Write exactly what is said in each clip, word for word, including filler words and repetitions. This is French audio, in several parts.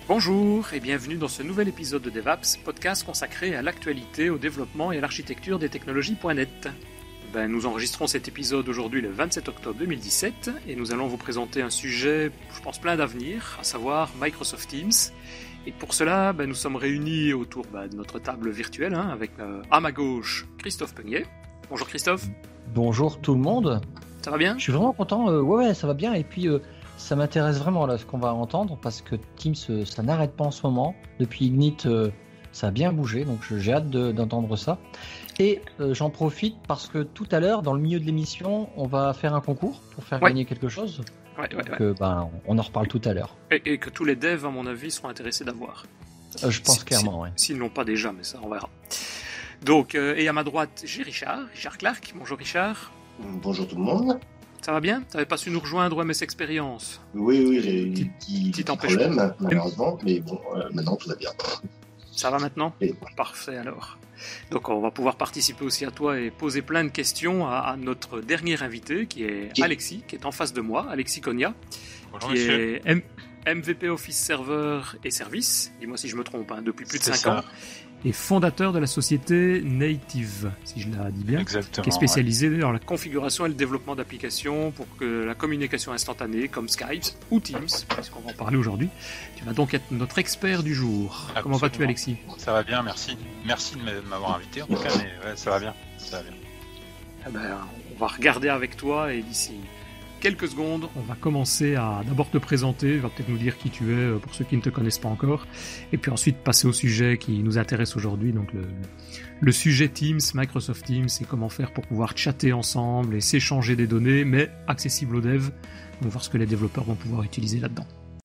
Bonjour et bienvenue dans ce nouvel épisode de DevApps, podcast consacré à l'actualité, au développement et à l'architecture des technologies point net. Ben, nous enregistrons cet épisode aujourd'hui le vingt-sept octobre deux mille dix-sept et nous allons vous présenter un sujet, je pense, plein d'avenir, à savoir Microsoft Teams. Et pour cela, ben, nous sommes réunis autour ben, de notre table virtuelle hein, avec euh, à ma gauche Christophe Peugnier. Bonjour Christophe. Bonjour tout le monde. Ça va bien ? Je suis vraiment content. Euh, ouais, ouais, ça va bien. Et puis, euh, ça m'intéresse vraiment là ce qu'on va entendre parce que Teams, euh, ça n'arrête pas en ce moment. Depuis Ignite, euh, ça a bien bougé. Donc, j'ai hâte de, d'entendre ça. Et euh, j'en profite parce que tout à l'heure, dans le milieu de l'émission, on va faire un concours pour faire ouais. gagner quelque chose. Ouais, ouais, donc, ouais. Euh, ben, on en reparle tout à l'heure. Et, et que tous les devs, à mon avis, seront intéressés d'avoir. Euh, je pense si, clairement, si, ouais. S'ils ne l'ont pas déjà, mais ça, on verra. Donc, euh, et à ma droite, j'ai Richard, Richard Clark. Bonjour Richard. Bonjour tout le monde. Ça va bien ? Tu n'avais pas su nous rejoindre au M S Experience ? Oui, oui, j'ai eu des petits, petits problèmes, malheureusement, mais bon, euh, maintenant tout va bien. Ça va maintenant ? Et... Parfait alors. Donc on va pouvoir participer aussi à toi et poser plein de questions à, à notre dernier invité qui est qui... Alexis, qui est en face de moi, Alexis Cogna, Bonjour, qui monsieur. est M- MVP Office Server et Service, dis-moi si je me trompe, hein, depuis plus de cinq ans, et fondateur de la société Native, si je la dis bien, Exactement, qui est spécialisée ouais. dans la configuration et le développement d'applications pour que la communication instantanée comme Skype ou Teams, puisqu'on va en parler aujourd'hui. Tu vas donc être notre expert du jour. Absolument. Comment vas-tu, Alexis ? Ça va bien, merci. Merci de m'avoir invité en tout cas, mais ouais, ça va bien. Ça va bien. Eh ben, on va regarder avec toi et d'ici quelques secondes, on va commencer à d'abord te présenter, tu vas peut-être nous dire qui tu es pour ceux qui ne te connaissent pas encore, et puis ensuite passer au sujet qui nous intéresse aujourd'hui, donc le, le sujet Teams, Microsoft Teams, et comment faire pour pouvoir chatter ensemble et s'échanger des données, mais accessible aux devs, donc voir ce que les développeurs vont pouvoir utiliser là-dedans.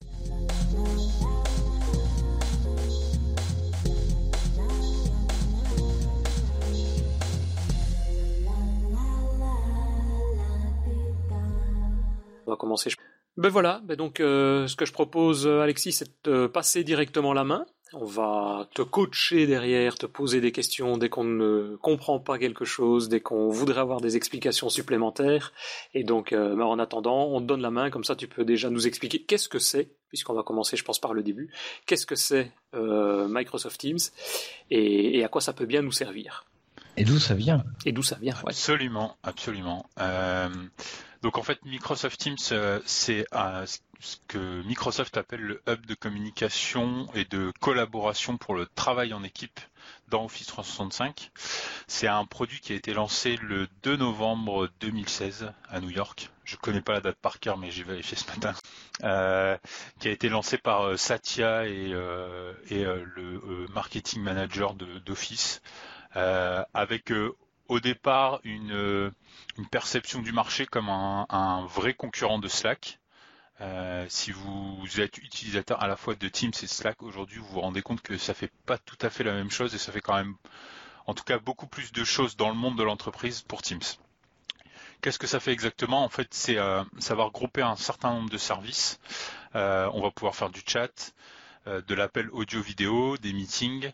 On va commencer. Ben voilà, ben donc euh, ce que je propose, Alexis, c'est de te passer directement la main. On va te coacher derrière, te poser des questions dès qu'on ne comprend pas quelque chose, dès qu'on voudrait avoir des explications supplémentaires. Et donc, euh, ben en attendant, on te donne la main, comme ça tu peux déjà nous expliquer qu'est-ce que c'est, puisqu'on va commencer, je pense, par le début. Qu'est-ce que c'est euh, Microsoft Teams et, et à quoi ça peut bien nous servir. Et d'où ça vient ? Et d'où ça vient, ouais. Absolument, absolument. Euh... Donc en fait, Microsoft Teams, euh, c'est euh, ce que Microsoft appelle le hub de communication et de collaboration pour le travail en équipe dans Office trois cent soixante-cinq. C'est un produit qui a été lancé le deux novembre deux mille seize à New York. Je connais pas la date par cœur, mais j'ai vérifié ce matin. Euh, qui a été lancé par euh, Satya et, euh, et euh, le euh, marketing manager de, d'Office, euh, avec euh, au départ une euh, une perception du marché comme un, un vrai concurrent de Slack. Euh, si vous êtes utilisateur à la fois de Teams et Slack aujourd'hui, vous vous rendez compte que ça fait pas tout à fait la même chose et ça fait quand même, en tout cas, beaucoup plus de choses dans le monde de l'entreprise pour Teams. Qu'est-ce que ça fait exactement ? En fait, c'est euh, ça va regrouper un certain nombre de services. Euh, on va pouvoir faire du chat, euh, de l'appel audio-vidéo, des meetings.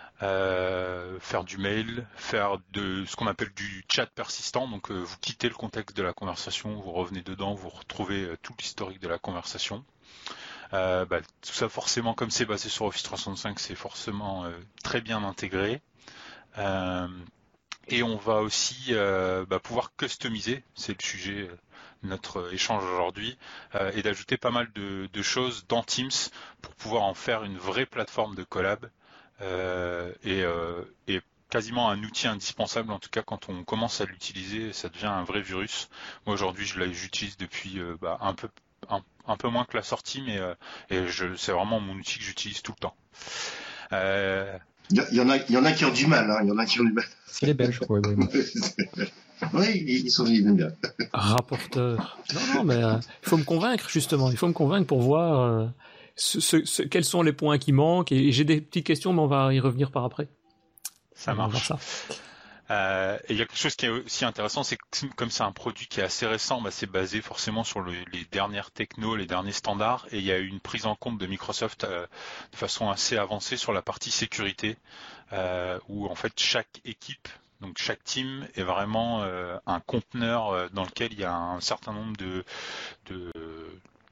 Euh, faire du mail, faire de ce qu'on appelle du chat persistant, donc euh, vous quittez le contexte de la conversation, vous revenez dedans, vous retrouvez euh, tout l'historique de la conversation. Euh, bah, tout ça forcément, comme c'est basé sur Office trois cent soixante-cinq, c'est forcément euh, très bien intégré. Euh, et on va aussi euh, bah, pouvoir customiser, c'est le sujet de notre échange aujourd'hui, euh, et d'ajouter pas mal de, de choses dans Teams pour pouvoir en faire une vraie plateforme de collab. Euh, et, euh, et quasiment un outil indispensable, en tout cas quand on commence à l'utiliser, ça devient un vrai virus. Moi aujourd'hui je l'utilise depuis euh, bah, un peu un, un peu moins que la sortie, mais euh, et je, c'est vraiment mon outil que j'utilise tout le temps. Euh... Il y, y en a, il y en a qui ont du mal, hein. Il y en a qui ont du mal. C'est les Belges, oui. Oui, oui ils sont ils aiment bien. Rapporteur. Non, non, mais euh, il faut me convaincre justement. Il faut me convaincre pour voir. Euh... Ce, ce, ce, quels sont les points qui manquent et, et j'ai des petites questions mais on va y revenir par après. Ça marche. Ça. Euh, et il y a quelque chose qui est aussi intéressant, c'est que comme c'est un produit qui est assez récent, bah c'est basé forcément sur le, les dernières technos, les derniers standards, et il y a eu une prise en compte de Microsoft euh, de façon assez avancée sur la partie sécurité, euh, où en fait chaque équipe, donc chaque team est vraiment euh, un conteneur euh, dans lequel il y a un certain nombre de, de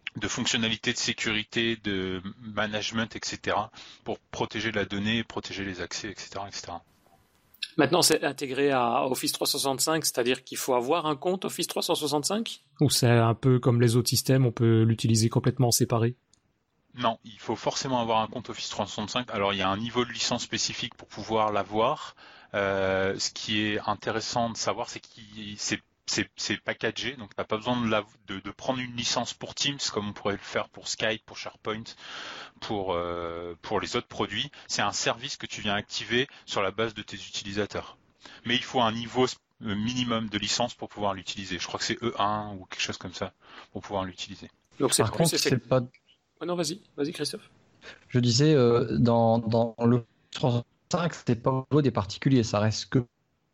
de fonctionnalités de sécurité, de management, et cetera, pour protéger la donnée, protéger les accès, et cetera, et cetera. Maintenant, c'est intégré à Office trois cent soixante-cinq, c'est-à-dire qu'il faut avoir un compte Office trois cent soixante-cinq? Ou c'est un peu comme les autres systèmes, on peut l'utiliser complètement séparé? Non, il faut forcément avoir un compte Office trois cent soixante-cinq. Alors, il y a un niveau de licence spécifique pour pouvoir l'avoir. Euh, ce qui est intéressant de savoir, c'est que c'est c'est, c'est packagé, donc tu n'as pas besoin de, la, de, de prendre une licence pour Teams comme on pourrait le faire pour Skype, pour SharePoint, pour, euh, pour les autres produits. C'est un service que tu viens activer sur la base de tes utilisateurs. Mais il faut un niveau minimum de licence pour pouvoir l'utiliser. Je crois que c'est E un ou quelque chose comme ça pour pouvoir l'utiliser. Donc c'est Par contre, c'est pas... Oh non, vas-y, vas-y Christophe. Je disais, euh, dans, dans le trois cent soixante-cinq, c'est pas au niveau des particuliers, ça reste que...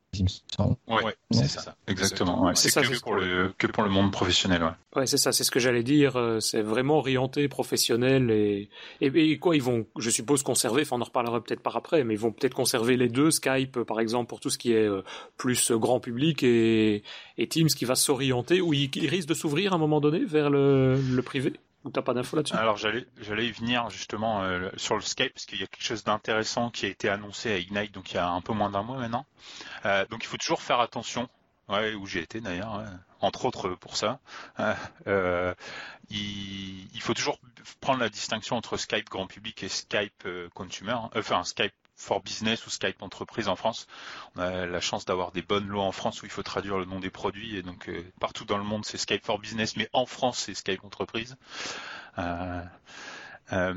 Oui, ouais, c'est ça, ça, exactement. Ouais, c'est, c'est ça, que, c'est pour le, que pour le monde professionnel. Ouais, ouais c'est ça, c'est ce que j'allais dire. C'est vraiment orienté professionnel et, et, et quoi, ils vont, je suppose, conserver, enfin on en reparlera peut-être par après, mais ils vont peut-être conserver les deux, Skype par exemple pour tout ce qui est plus grand public et, et Teams qui va s'orienter, ou il, il risque de s'ouvrir à un moment donné vers le, le privé. Ou t'as pas d'infos là-dessus? Alors j'allais, j'allais y venir justement euh, sur le Skype parce qu'il y a quelque chose d'intéressant qui a été annoncé à Ignite, donc il y a un peu moins d'un mois maintenant. Euh, donc il faut toujours faire attention, ouais, où j'ai été d'ailleurs, ouais, entre autres pour ça. Euh, il, il faut toujours prendre la distinction entre Skype grand public et Skype euh, consumer, hein, enfin Skype for business ou Skype entreprise en France. On a la chance d'avoir des bonnes lois en France où il faut traduire le nom des produits et donc euh, partout dans le monde c'est Skype for business, mais en France c'est Skype entreprise. Euh, euh,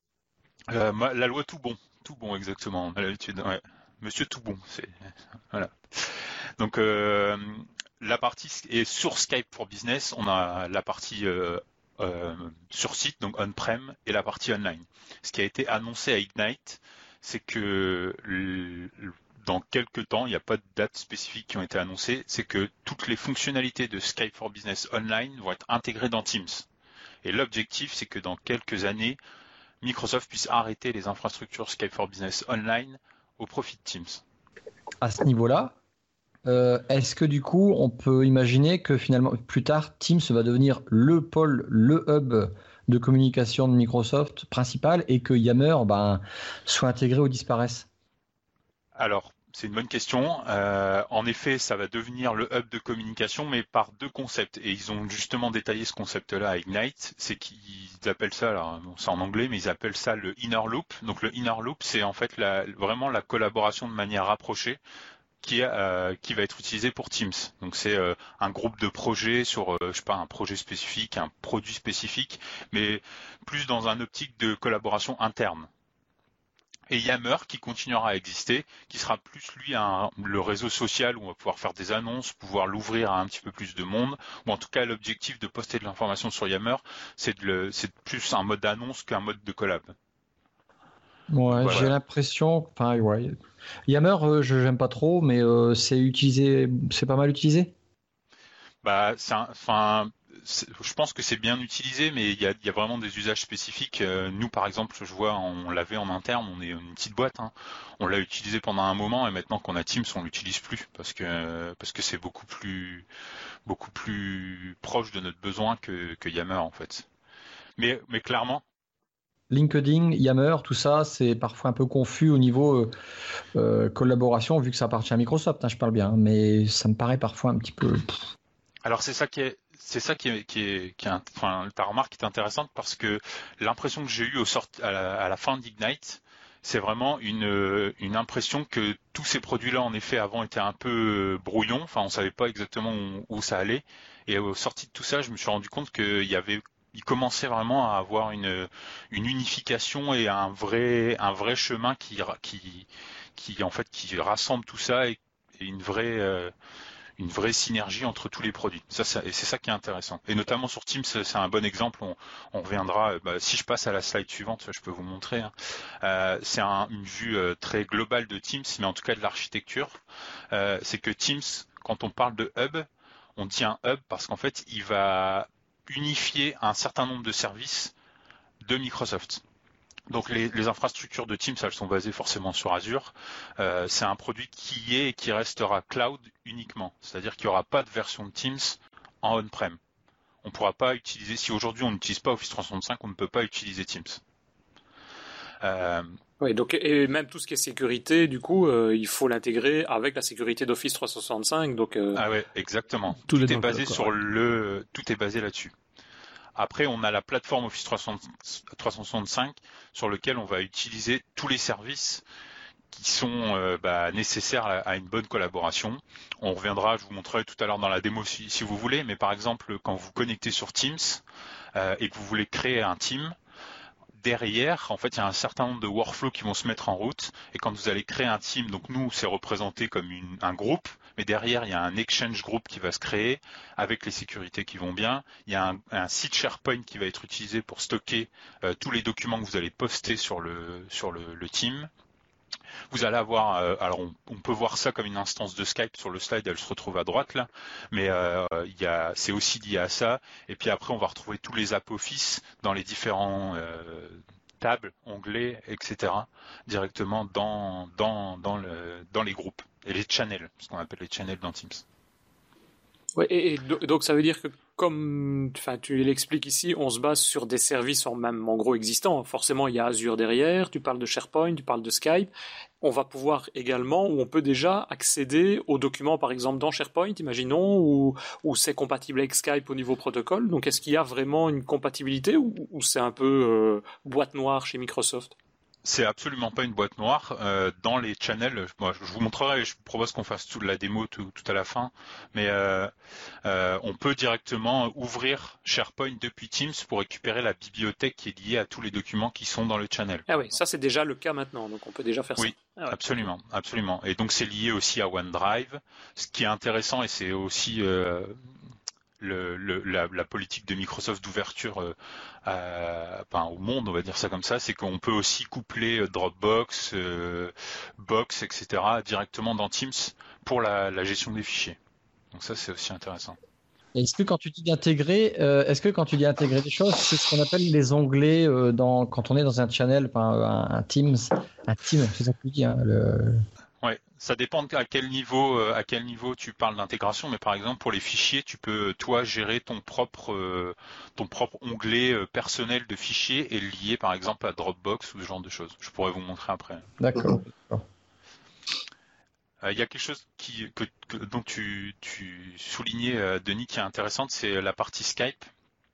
euh, la loi tout bon, tout bon exactement. On a l'habitude, ouais. Monsieur tout bon, c'est voilà. Donc euh, la partie est sur Skype for business. On a la partie euh, euh, sur site, donc on-prem, et la partie online. Ce qui a été annoncé à Ignite, c'est que le, dans quelques temps, il n'y a pas de dates spécifiques qui ont été annoncées, c'est que toutes les fonctionnalités de Skype for Business Online vont être intégrées dans Teams. Et l'objectif, c'est que dans quelques années, Microsoft puisse arrêter les infrastructures Skype for Business Online au profit de Teams. À ce niveau-là, euh, est-ce que du coup, on peut imaginer que finalement, plus tard, Teams va devenir le pôle, le hub de communication de Microsoft principal et que Yammer ben, soit intégré ou disparaisse? Alors, c'est une bonne question. Euh, en effet, ça va devenir le hub de communication, mais par deux concepts. Et ils ont justement détaillé ce concept-là à Ignite. C'est qu'ils appellent ça, alors bon, c'est en anglais, mais ils appellent ça le inner loop. Donc le inner loop, c'est en fait la, vraiment la collaboration de manière rapprochée qui, euh, qui va être utilisé pour Teams. Donc c'est euh, un groupe de projets sur, euh, je sais pas, un projet spécifique, un produit spécifique, mais plus dans un optique de collaboration interne. Et Yammer qui continuera à exister, qui sera plus lui un, le réseau social où on va pouvoir faire des annonces, pouvoir l'ouvrir à un petit peu plus de monde, ou en tout cas l'objectif de poster de l'information sur Yammer, c'est, de le, c'est plus un mode d'annonce qu'un mode de collab. Ouais, voilà. J'ai l'impression, enfin ouais, Yammer, euh, je j'aime pas trop, mais euh, c'est utilisé, c'est pas mal utilisé. Bah, c'est un, enfin. Je pense que c'est bien utilisé, mais il y a, il y a vraiment des usages spécifiques. Euh, nous, par exemple, je vois, on l'avait en interne, on est une petite boîte, hein. On l'a utilisé pendant un moment, et maintenant qu'on a Teams, on l'utilise plus parce que parce que c'est beaucoup plus beaucoup plus proche de notre besoin que, que Yammer en fait. Mais mais clairement. LinkedIn, Yammer, tout ça, c'est parfois un peu confus au niveau euh, euh, collaboration, vu que ça appartient à Microsoft, hein, je parle bien, hein, mais ça me paraît parfois un petit peu. Alors c'est ça qui est, c'est ça qui est, qui est, qui est, enfin, ta remarque est intéressante parce que l'impression que j'ai eue au sort, à la, à la fin d'Ignite, c'est vraiment une, une impression que tous ces produits-là, en effet, avant étaient un peu brouillons. Enfin, on savait pas exactement où, où ça allait. Et au sorti de tout ça, je me suis rendu compte qu'il y avait, il commençait vraiment à avoir une, une unification et un vrai, un vrai chemin qui, qui, qui, en fait, qui rassemble tout ça et, et une vraie, euh, une vraie synergie entre tous les produits. Ça, ça, et c'est ça qui est intéressant. Et notamment sur Teams, c'est un bon exemple. On, on reviendra. Bah, si je passe à la slide suivante, je peux vous montrer. Hein. Euh, c'est un, une vue euh, très globale de Teams, mais en tout cas de l'architecture. Euh, c'est que Teams, quand on parle de hub, on dit un hub parce qu'en fait, il va unifier un certain nombre de services de Microsoft. Donc les, les infrastructures de Teams, elles sont basées forcément sur Azure. Euh, c'est un produit qui est et qui restera cloud uniquement. C'est-à-dire qu'il n'y aura pas de version de Teams en on-prem. On ne pourra pas utiliser, si aujourd'hui on n'utilise pas Office trois cent soixante-cinq, on ne peut pas utiliser Teams. Euh... Oui, donc, et même tout ce qui est sécurité, du coup, euh, il faut l'intégrer avec la sécurité d'Office trois cent soixante-cinq. Donc, euh... Ah ouais, exactement. Tout, tout est basé sur le, tout est basé là-dessus. Après, on a la plateforme Office trois cent soixante-cinq sur lequel on va utiliser tous les services qui sont euh, bah, nécessaires à, à une bonne collaboration. On reviendra, je vous montrerai tout à l'heure dans la démo si, si vous voulez, mais par exemple, quand vous connectez sur Teams euh, et que vous voulez créer un team, derrière, en fait, il y a un certain nombre de workflows qui vont se mettre en route. Et quand vous allez créer un team, donc nous, c'est représenté comme une, un groupe, mais derrière, il y a un exchange group qui va se créer avec les sécurités qui vont bien. Il y a un, un site SharePoint qui va être utilisé pour stocker euh, tous les documents que vous allez poster sur le, sur le, le team. Vous allez avoir, euh, alors on, on peut voir ça comme une instance de Skype sur le slide, elle se retrouve à droite là, mais euh, il y a, c'est aussi lié à ça. Et puis après, on va retrouver tous les apps Office dans les différents euh, tables, onglets, et cetera directement dans dans dans le dans les groupes et les channels, ce qu'on appelle les channels dans Teams. Ouais, et, et donc ça veut dire que comme enfin, tu l'expliques ici, on se base sur des services en même en gros existants. Forcément, il y a Azure derrière, tu parles de SharePoint, tu parles de Skype. On va pouvoir également, ou on peut déjà accéder aux documents, par exemple, dans SharePoint, imaginons, ou, ou c'est compatible avec Skype au niveau protocole. Donc, est-ce qu'il y a vraiment une compatibilité ou, ou c'est un peu euh, boîte noire chez Microsoft ? C'est absolument pas une boîte noire. Euh, dans les channels, moi, je vous montrerai, je propose qu'on fasse toute la démo tout, tout à la fin, mais euh, euh, on peut directement ouvrir SharePoint depuis Teams pour récupérer la bibliothèque qui est liée à tous les documents qui sont dans le channel. Ah oui, ça c'est déjà le cas maintenant, donc on peut déjà faire oui, ça. Ah ouais. Absolument, absolument. Et donc c'est lié aussi à OneDrive. Ce qui est intéressant, et c'est aussi euh, Le, le, la, la politique de Microsoft d'ouverture euh, à, enfin, au monde, on va dire ça comme ça, c'est qu'on peut aussi coupler Dropbox, euh, Box, et cetera directement dans Teams pour la, la gestion des fichiers. Donc ça, c'est aussi intéressant. Est-ce que quand tu dis intégrer, euh, est-ce que quand tu dis intégrer des choses, c'est ce qu'on appelle les onglets euh, dans, quand on est dans un channel, enfin, un, un Teams, un team, c'est ça que tu dis, hein, le... Ouais, ça dépend à quel niveau, euh, à quel niveau tu parles d'intégration, mais par exemple pour les fichiers, tu peux toi gérer ton propre, euh, ton propre onglet euh, personnel de fichiers et le lier par exemple à Dropbox ou ce genre de choses. Je pourrais vous montrer après. D'accord. Il euh, y a quelque chose qui, que, que, dont tu, tu soulignais, euh, Denis, qui est intéressante, c'est la partie Skype.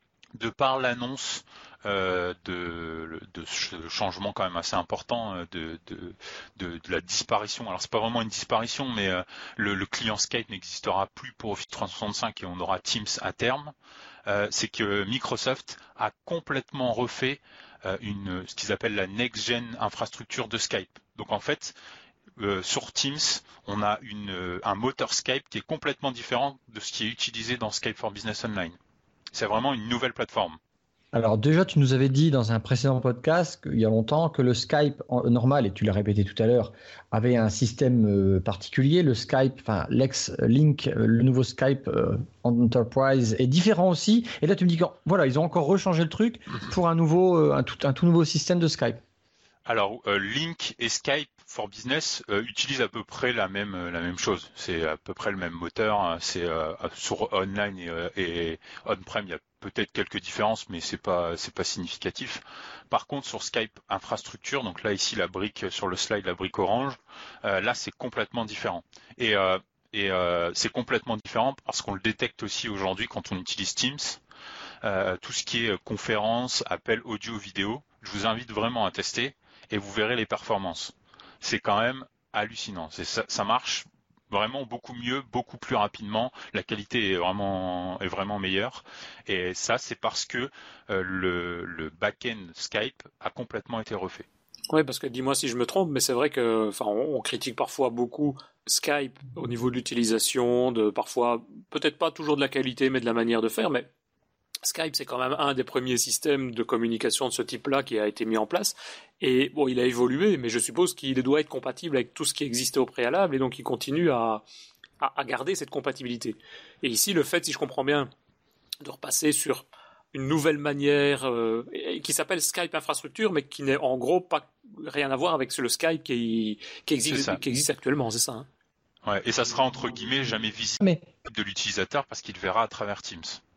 De par l'annonce euh, de, de ce changement quand même assez important de, de, de, de la disparition, alors c'est pas vraiment une disparition, mais euh, le, le client Skype n'existera plus pour Office trois cent soixante-cinq et on aura Teams à terme, euh, c'est que Microsoft a complètement refait euh, une, ce qu'ils appellent la next-gen infrastructure de Skype. Donc en fait, Euh, sur Teams, on a une, un moteur Skype qui est complètement différent de ce qui est utilisé dans Skype for Business Online. C'est vraiment une nouvelle plateforme. Alors déjà, tu nous avais dit dans un précédent podcast il y a longtemps que le Skype normal, et tu l'as répété tout à l'heure, avait un système euh, particulier. Le Skype, enfin l'ex-Link, euh, le nouveau Skype euh, Enterprise est différent aussi. Et là, tu me dis que voilà, ils ont encore rechangé le truc pour un nouveau, euh, un, tout, un tout nouveau système de Skype. Alors, euh, Link et Skype for Business euh, utilisent à peu près la même la même chose. C'est à peu près le même moteur. C'est euh, sur online et, euh, et on-prem, il y a peut-être quelques différences, mais c'est pas c'est pas significatif. Par contre, sur Skype infrastructure, donc là ici la brique sur le slide, la brique orange, euh, là c'est complètement différent. Et euh, et euh, c'est complètement différent parce qu'on le détecte aussi aujourd'hui quand on utilise Teams. Euh, tout ce qui est conférence, appel audio, vidéo. Je vous invite vraiment à tester. Et vous verrez les performances. C'est quand même hallucinant. C'est, ça, ça marche vraiment beaucoup mieux, beaucoup plus rapidement. La qualité est vraiment, est vraiment meilleure. Et ça, c'est parce que euh, le, le back-end Skype a complètement été refait. Oui, parce que dis-moi si je me trompe, mais c'est vrai que, enfin, on, on critique parfois beaucoup Skype au niveau de l'utilisation, de parfois, peut-être pas toujours de la qualité, mais de la manière de faire, mais Skype, c'est quand même un des premiers systèmes de communication de ce type-là qui a été mis en place. Et bon, il a évolué, mais je suppose qu'il doit être compatible avec tout ce qui existait au préalable, et donc il continue à, à, à garder cette compatibilité. Et ici, le fait, si je comprends bien, de repasser sur une nouvelle manière euh, qui s'appelle Skype Infrastructure, mais qui n'est en gros pas rien à voir avec le Skype qui, qui, existe, qui existe actuellement, c'est ça, hein? Ouais, et ça sera entre guillemets jamais visible mais... de l'utilisateur parce qu'il verra à travers Teams.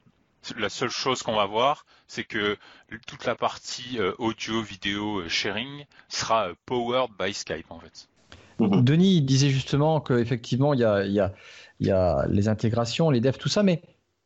La seule chose qu'on va voir, c'est que toute la partie euh, audio, vidéo, euh, sharing sera euh, powered by Skype en fait. Mmh. Denis disait justement qu'effectivement, il y a, y, a, y a les intégrations, les devs, tout ça, mais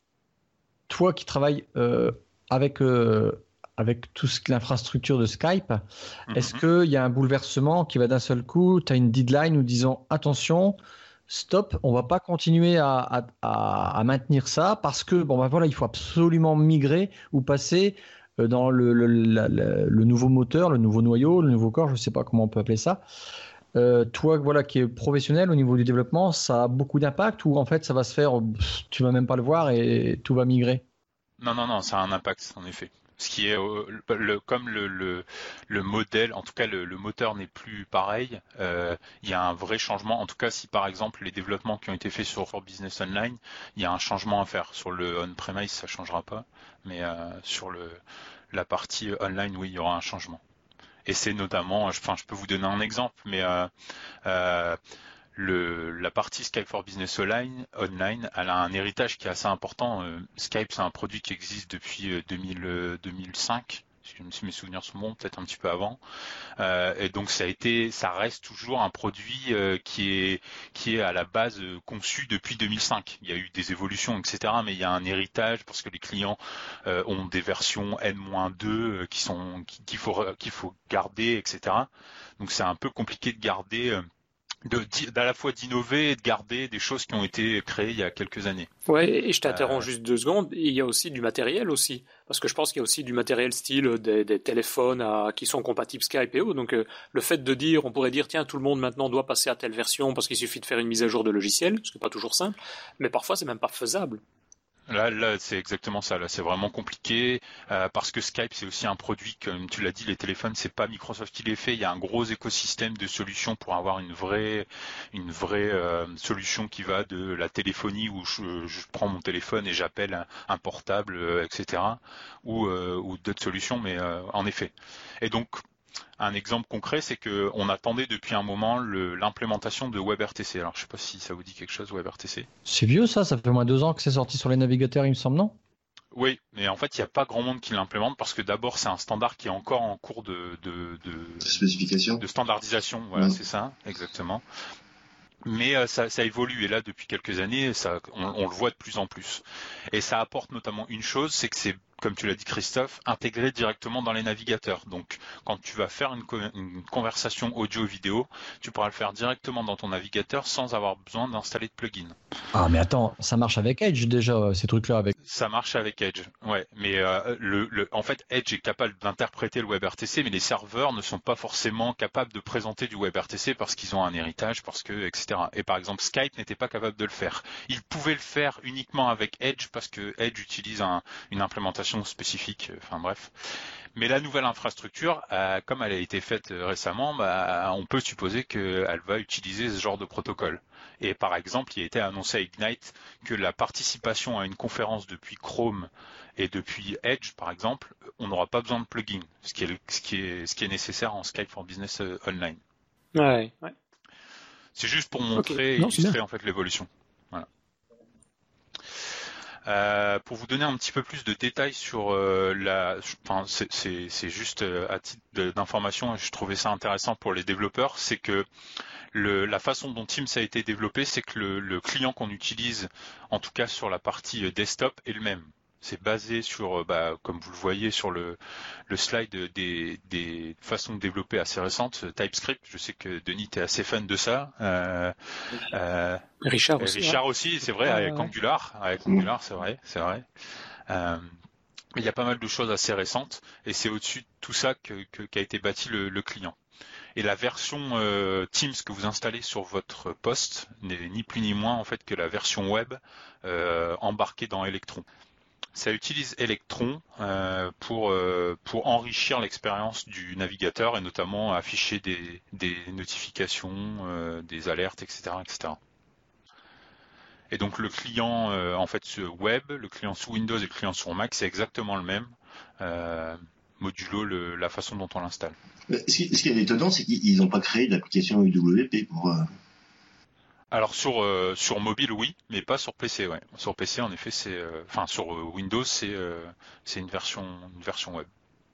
toi qui travailles euh, avec, euh, avec tout ce, l'infrastructure de Skype, mm-hmm. est-ce qu'il y a un bouleversement qui va d'un seul coup, tu as une deadline où disons attention, stop, on ne va pas continuer à, à, à, à maintenir ça parce que bon, ben voilà, il faut absolument migrer ou passer dans le, le, la, le, le nouveau moteur, le nouveau noyau, le nouveau corps, je ne sais pas comment on peut appeler ça. Euh, toi, voilà, qui est professionnel au niveau du développement, ça a beaucoup d'impact ou en fait ça va se faire, pff, tu vas même pas le voir et tout va migrer? Non, non, non, ça a un impact en effet. Ce qui est euh, le, comme le, le, le modèle, en tout cas le, le moteur n'est plus pareil, euh, il y a un vrai changement. En tout cas, si par exemple les développements qui ont été faits sur For Business Online, il y a un changement à faire. Sur le on-premise, ça changera pas, mais euh, sur le, la partie online, oui, il y aura un changement. Et c'est notamment, enfin, je peux vous donner un exemple, mais euh, euh, le, la partie Skype for Business Online, online, elle a un héritage qui est assez important. Euh, Skype, c'est un produit qui existe depuis euh, deux mille, euh, deux mille cinq, si mes souvenirs sont bons, peut-être un petit peu avant. Euh, et donc ça a été, ça reste toujours un produit euh, qui est qui est à la base euh, conçu depuis deux mille cinq. Il y a eu des évolutions, et cetera. Mais il y a un héritage parce que les clients euh, ont des versions N moins deux euh, qui sont qu'il faut qu'il faut garder, et cetera. Donc c'est un peu compliqué de garder. Euh, De, d'à la fois d'innover et de garder des choses qui ont été créées il y a quelques années. Ouais, et je t'interromps euh... juste deux secondes. Il y a aussi du matériel aussi, parce que je pense qu'il y a aussi du matériel style des, des téléphones à, qui sont compatibles Skype et autres. Donc euh, le fait de dire, on pourrait dire tiens, tout le monde maintenant doit passer à telle version parce qu'il suffit de faire une mise à jour de logiciel, ce qui n'est pas toujours simple, mais parfois c'est même pas faisable. Là, là, c'est exactement ça. Là, c'est vraiment compliqué euh, parce que Skype, c'est aussi un produit, comme tu l'as dit, les téléphones, c'est pas Microsoft qui les fait. Il y a un gros écosystème de solutions pour avoir une vraie, une vraie euh, solution qui va de la téléphonie où je, je prends mon téléphone et j'appelle un, un portable, euh, et cetera, ou, euh, ou d'autres solutions. Mais euh, en effet. Et donc. Un exemple concret, c'est que on attendait depuis un moment le, l'implémentation de WebRTC. Alors, je sais pas si ça vous dit quelque chose, WebRTC. C'est vieux ça, ça fait au moins deux ans que c'est sorti sur les navigateurs, il me semble, non? Oui, mais en fait, il n'y a pas grand monde qui l'implémente parce que d'abord, c'est un standard qui est encore en cours de, de, de, spécification, de standardisation. Voilà, mmh. C'est ça, exactement. Mais euh, ça, ça évolue et là, depuis quelques années, ça, on, on le voit de plus en plus. Et ça apporte notamment une chose, c'est que c'est, comme tu l'as dit Christophe, intégré directement dans les navigateurs. Donc, quand tu vas faire une, co- une conversation audio-vidéo, tu pourras le faire directement dans ton navigateur sans avoir besoin d'installer de plugin. Ah, mais attends, ça marche avec Edge déjà, ces trucs-là avec. Ça marche avec Edge, ouais. Mais euh, le, le, en fait, Edge est capable d'interpréter le WebRTC, mais les serveurs ne sont pas forcément capables de présenter du WebRTC parce qu'ils ont un héritage, parce que, et cetera. Et par exemple, Skype n'était pas capable de le faire. Il pouvait le faire uniquement avec Edge parce que Edge utilise un, une implémentation spécifique. Enfin bref. Mais la nouvelle infrastructure, euh, comme elle a été faite récemment, bah, on peut supposer qu'elle va utiliser ce genre de protocole. Et par exemple, il a été annoncé à Ignite que la participation à une conférence depuis Chrome et depuis Edge, par exemple, on n'aura pas besoin de plugin, ce qui est, ce qui est, ce qui est nécessaire en Skype for Business Online. Ouais, ouais. C'est juste pour montrer et okay. non, illustrer en fait l'évolution. Voilà. Euh, pour vous donner un petit peu plus de détails sur euh, la, enfin c'est, c'est, c'est juste euh, à titre de, d'information, et je trouvais ça intéressant pour les développeurs, c'est que le, la façon dont Teams a été développé, c'est que le, le client qu'on utilise, en tout cas sur la partie desktop, est le même. C'est basé sur, bah, comme vous le voyez sur le, le slide, des, des façons de développer assez récentes. TypeScript, je sais que Denis est assez fan de ça. Euh, euh, Richard aussi. Richard ouais. aussi, c'est vrai, avec Angular. Avec Angular, c'est vrai, c'est vrai. Euh, il y a pas mal de choses assez récentes et c'est au-dessus de tout ça que, que, qu'a été bâti le, le client. Et la version euh, Teams que vous installez sur votre poste n'est ni plus ni moins en fait que la version web euh, embarquée dans Electron. Ça utilise Electron euh, pour euh, pour enrichir l'expérience du navigateur et notamment afficher des des notifications, euh, des alertes, et cetera, et cetera. Et donc le client euh, en fait ce web, le client sous Windows et le client sur Mac, c'est exactement le même, euh, modulo le, la façon dont on l'installe. Ce qui, ce qui est étonnant, c'est qu'ils n'ont pas créé d'application U W P pour. Euh... Alors sur euh, sur mobile oui, mais pas sur P C. Ouais. Sur P C en effet c'est, enfin euh, sur Windows c'est euh, c'est une version une version web.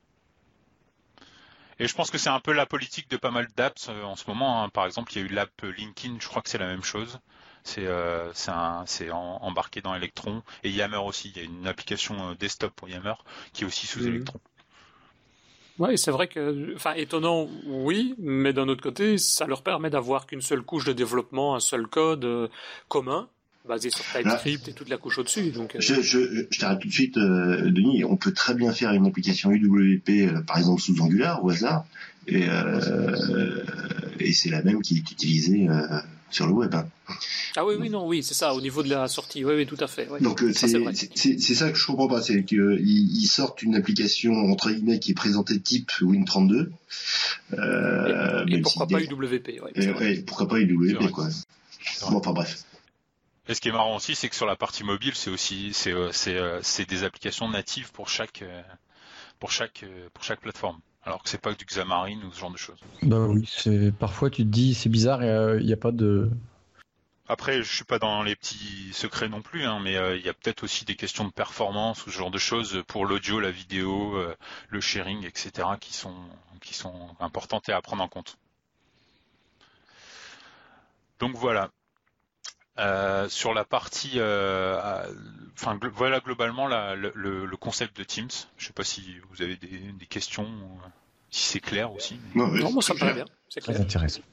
Et je pense que c'est un peu la politique de pas mal d'apps euh, en ce moment. Hein. Par exemple, il y a eu l'app LinkedIn, je crois que c'est la même chose. C'est euh, c'est un, c'est en, embarqué dans Electron. Et Yammer aussi, il y a une application euh, desktop pour Yammer qui est aussi sous mmh. Electron. Oui, c'est vrai que, enfin, étonnant, oui, mais d'un autre côté, ça leur permet d'avoir qu'une seule couche de développement, un seul code euh, commun, basé sur TypeScript Là, et toute la couche au-dessus. Donc, euh... je, je, je t'arrête tout de suite, euh, Denis. On peut très bien faire une application U W P, euh, par exemple sous Angular au hasard, et, euh, et c'est la même qui est utilisée euh, sur le web. Hein. Ah oui, oui, non, oui, c'est ça, au niveau de la sortie, oui, oui, tout à fait. Oui. Donc ça, c'est, c'est, c'est, c'est ça que je comprends pas, c'est qu'ils ils sortent une application entre guillemets qui est présentée type Win trente-deux. Euh, et, et pourquoi pas U W P, ouais, et, et pourquoi pas U W P, quoi. Bon, enfin bref. Et ce qui est marrant aussi, c'est que sur la partie mobile, c'est aussi c'est c'est c'est des applications natives pour chaque pour chaque pour chaque plateforme. Alors que c'est pas que du Xamarin ou ce genre de choses. Bah oui, c'est parfois tu te dis c'est bizarre, il n'y a, a pas de. Après, je suis pas dans les petits secrets non plus, hein, mais il euh, y a peut-être aussi des questions de performance ou ce genre de choses pour l'audio, la vidéo, euh, le sharing, et cetera, qui sont qui sont importantes et à prendre en compte. Donc voilà. Euh, sur la partie, euh, enfin gl- voilà globalement la, le, le concept de Teams. Je sais pas si vous avez des, des questions, euh, si c'est clair aussi. Mais... Non, oui, non moi ça me paraît bien, c'est clair. Très intéressant.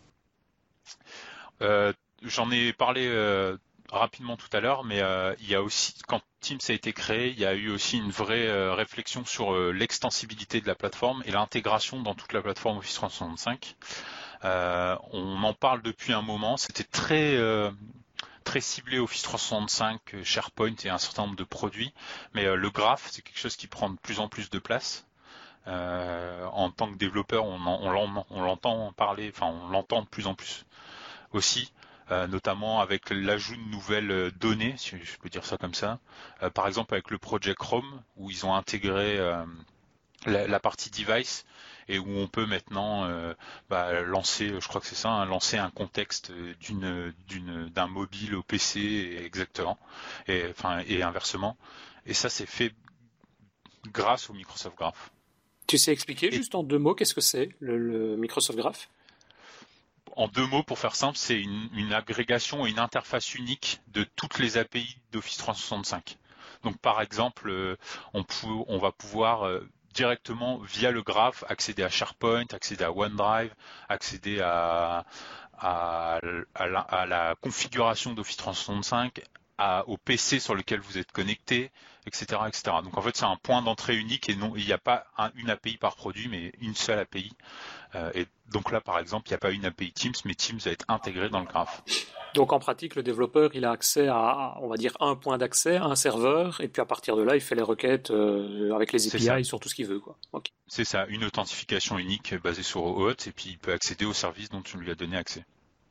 Euh, j'en ai parlé euh, rapidement tout à l'heure, mais euh, il y a aussi, quand Teams a été créé, il y a eu aussi une vraie euh, réflexion sur euh, l'extensibilité de la plateforme et l'intégration dans toute la plateforme Office trois cent soixante-cinq. Euh, on en parle depuis un moment. C'était très euh, très ciblé Office trois cent soixante-cinq, SharePoint et un certain nombre de produits, mais euh, le graphe, c'est quelque chose qui prend de plus en plus de place. Euh, en tant que développeur, on, en, on, on l'entend parler, enfin on l'entend de plus en plus aussi, euh, notamment avec l'ajout de nouvelles données, si je peux dire ça comme ça. Euh, par exemple avec le projet Chrome, où ils ont intégré euh, la, la partie device et où on peut maintenant euh, bah, lancer, je crois que c'est ça, hein, lancer un contexte d'une, d'une, d'un mobile au P C exactement, et enfin et inversement. Et ça c'est fait grâce au Microsoft Graph. Tu sais expliquer et... juste en deux mots qu'est-ce que c'est le, le Microsoft Graph? En deux mots, pour faire simple, c'est une, une agrégation et une interface unique de toutes les A P I d'Office trois cent soixante-cinq. Donc par exemple, euh, on, pou- on va pouvoir euh, directement via le graphe accéder à SharePoint, accéder à OneDrive, accéder à, à, à, la, à la configuration d'Office trois cent soixante-cinq, à, au P C sur lequel vous êtes connecté, et cetera, et cetera. Donc en fait, c'est un point d'entrée unique et non, il n'y a pas un, une A P I par produit, mais une seule A P I. Euh, et donc là, par exemple, il n'y a pas une A P I Teams, mais Teams va être intégré dans le graphe. Donc en pratique, le développeur, il a accès à, on va dire, un point d'accès, un serveur, et puis à partir de là, il fait les requêtes euh, avec les A P I sur tout ce qu'il veut, quoi. Okay. C'est ça, une authentification unique basée sur O Auth, et puis il peut accéder au service dont tu lui as donné accès.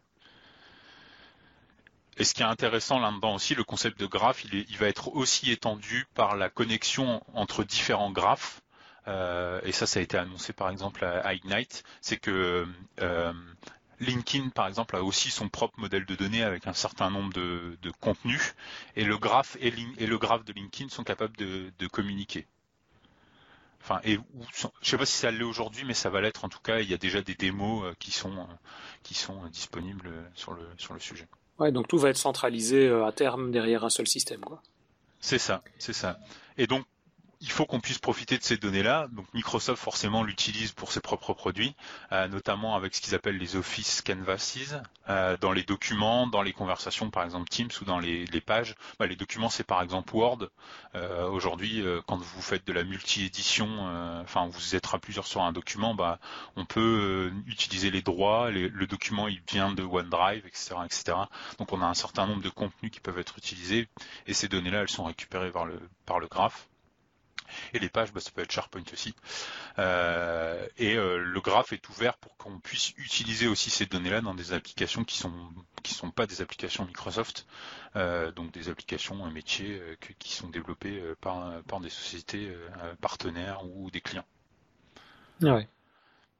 Et ce qui est intéressant là-dedans aussi, le concept de graphe, il, est, il va être aussi étendu par la connexion entre différents graphes. Euh, et ça, ça a été annoncé par exemple à, à Ignite, c'est que euh, LinkedIn, par exemple, a aussi son propre modèle de données avec un certain nombre de, de contenus, et le graphe et, et le graphe de LinkedIn sont capables de, de communiquer. Enfin, et où, je sais pas si ça l'est aujourd'hui, mais ça va l'être en tout cas. Il y a déjà des démos qui sont qui sont disponibles sur le sur le sujet. Ouais, donc tout va être centralisé à terme derrière un seul système, quoi. C'est ça, c'est ça. Et donc, il faut qu'on puisse profiter de ces données-là. Donc Microsoft forcément l'utilise pour ses propres produits, euh, notamment avec ce qu'ils appellent les Office Canvases, euh, dans les documents, dans les conversations, par exemple Teams ou dans les, les pages. Bah, les documents, c'est par exemple Word. Euh, aujourd'hui, euh, quand vous faites de la multi-édition, euh, enfin vous êtes à plusieurs sur un document, bah, on peut euh, utiliser les droits. Les, le document, il vient de OneDrive, et cetera, et cetera. Donc on a un certain nombre de contenus qui peuvent être utilisés, et ces données-là, elles sont récupérées par le par le graphe. Et les pages, bah, ça peut être SharePoint aussi. Euh, et euh, le graphe est ouvert pour qu'on puisse utiliser aussi ces données-là dans des applications qui sont qui sont pas des applications Microsoft, euh, donc des applications euh, métiers euh, que, qui sont développées euh, par par des sociétés euh, partenaires ou des clients. Ouais.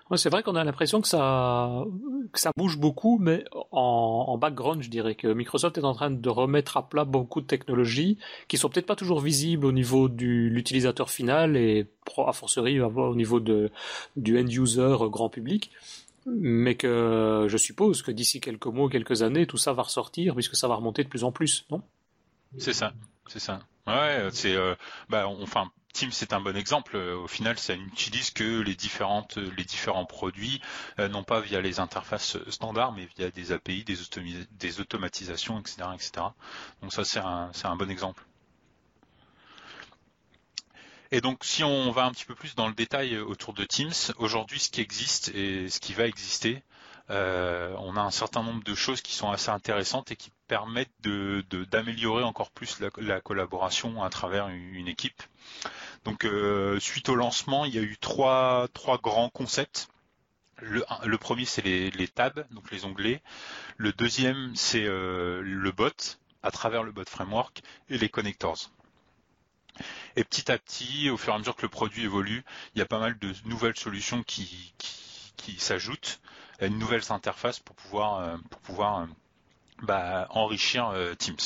Ouais, c'est vrai qu'on a l'impression que ça, que ça bouge beaucoup, mais en, en background, je dirais que Microsoft est en train de remettre à plat beaucoup de technologies qui sont peut-être pas toujours visibles au niveau de l'utilisateur final et a fortiori au niveau de, du end-user grand public, mais que je suppose que d'ici quelques mois, quelques années, tout ça va ressortir puisque ça va remonter de plus en plus, non? C'est ça, c'est ça. Ouais, c'est, euh, bah, on- enfin, Teams c'est un bon exemple. Euh, Au final, ça n'utilise que les différentes, les différents produits, euh, non pas via les interfaces standards, mais via des A P I, des, automi- des automatisations, et cetera, et cetera. Donc ça, c'est un, c'est un bon exemple. Et donc, si on va un petit peu plus dans le détail autour de Teams, aujourd'hui, ce qui existe et ce qui va exister, euh, on a un certain nombre de choses qui sont assez intéressantes et qui permettent de, de- d'améliorer encore plus la, la collaboration à travers une, une équipe. Donc, euh, suite au lancement, il y a eu trois, trois grands concepts. Le, le premier, c'est les, les tabs, donc les onglets. Le deuxième, c'est euh, le bot, à travers le bot framework, et les connectors. Et petit à petit, au fur et à mesure que le produit évolue, il y a pas mal de nouvelles solutions qui, qui, qui s'ajoutent, une nouvelle interface pour pouvoir, euh, pour pouvoir euh, bah, enrichir euh, Teams.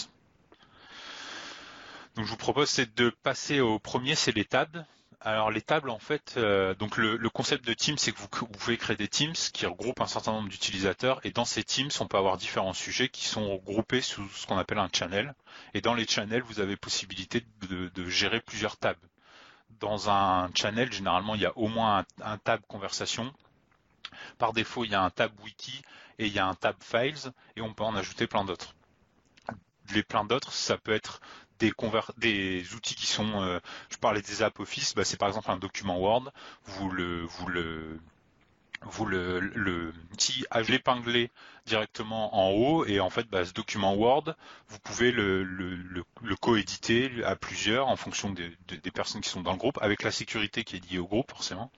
Donc je vous propose c'est de passer au premier, c'est les tables. Alors les tables en fait, euh, donc le, le concept de Teams, c'est que vous, vous pouvez créer des Teams qui regroupent un certain nombre d'utilisateurs et dans ces Teams, on peut avoir différents sujets qui sont regroupés sous ce qu'on appelle un channel. Et dans les channels, vous avez possibilité de, de gérer plusieurs tables. Dans un channel, généralement, il y a au moins un, un tab conversation. Par défaut, il y a un tab wiki et il y a un tab files et on peut en ajouter plein d'autres. Les plein d'autres, ça peut être des, conver- des outils qui sont, euh, je parlais des apps Office, bah c'est par exemple un document Word, vous le, vous le, vous le, le si l'épingler directement en haut et en fait bah, ce document Word, vous pouvez le, le, le, le coéditer à plusieurs en fonction des, des personnes qui sont dans le groupe, avec la sécurité qui est liée au groupe forcément.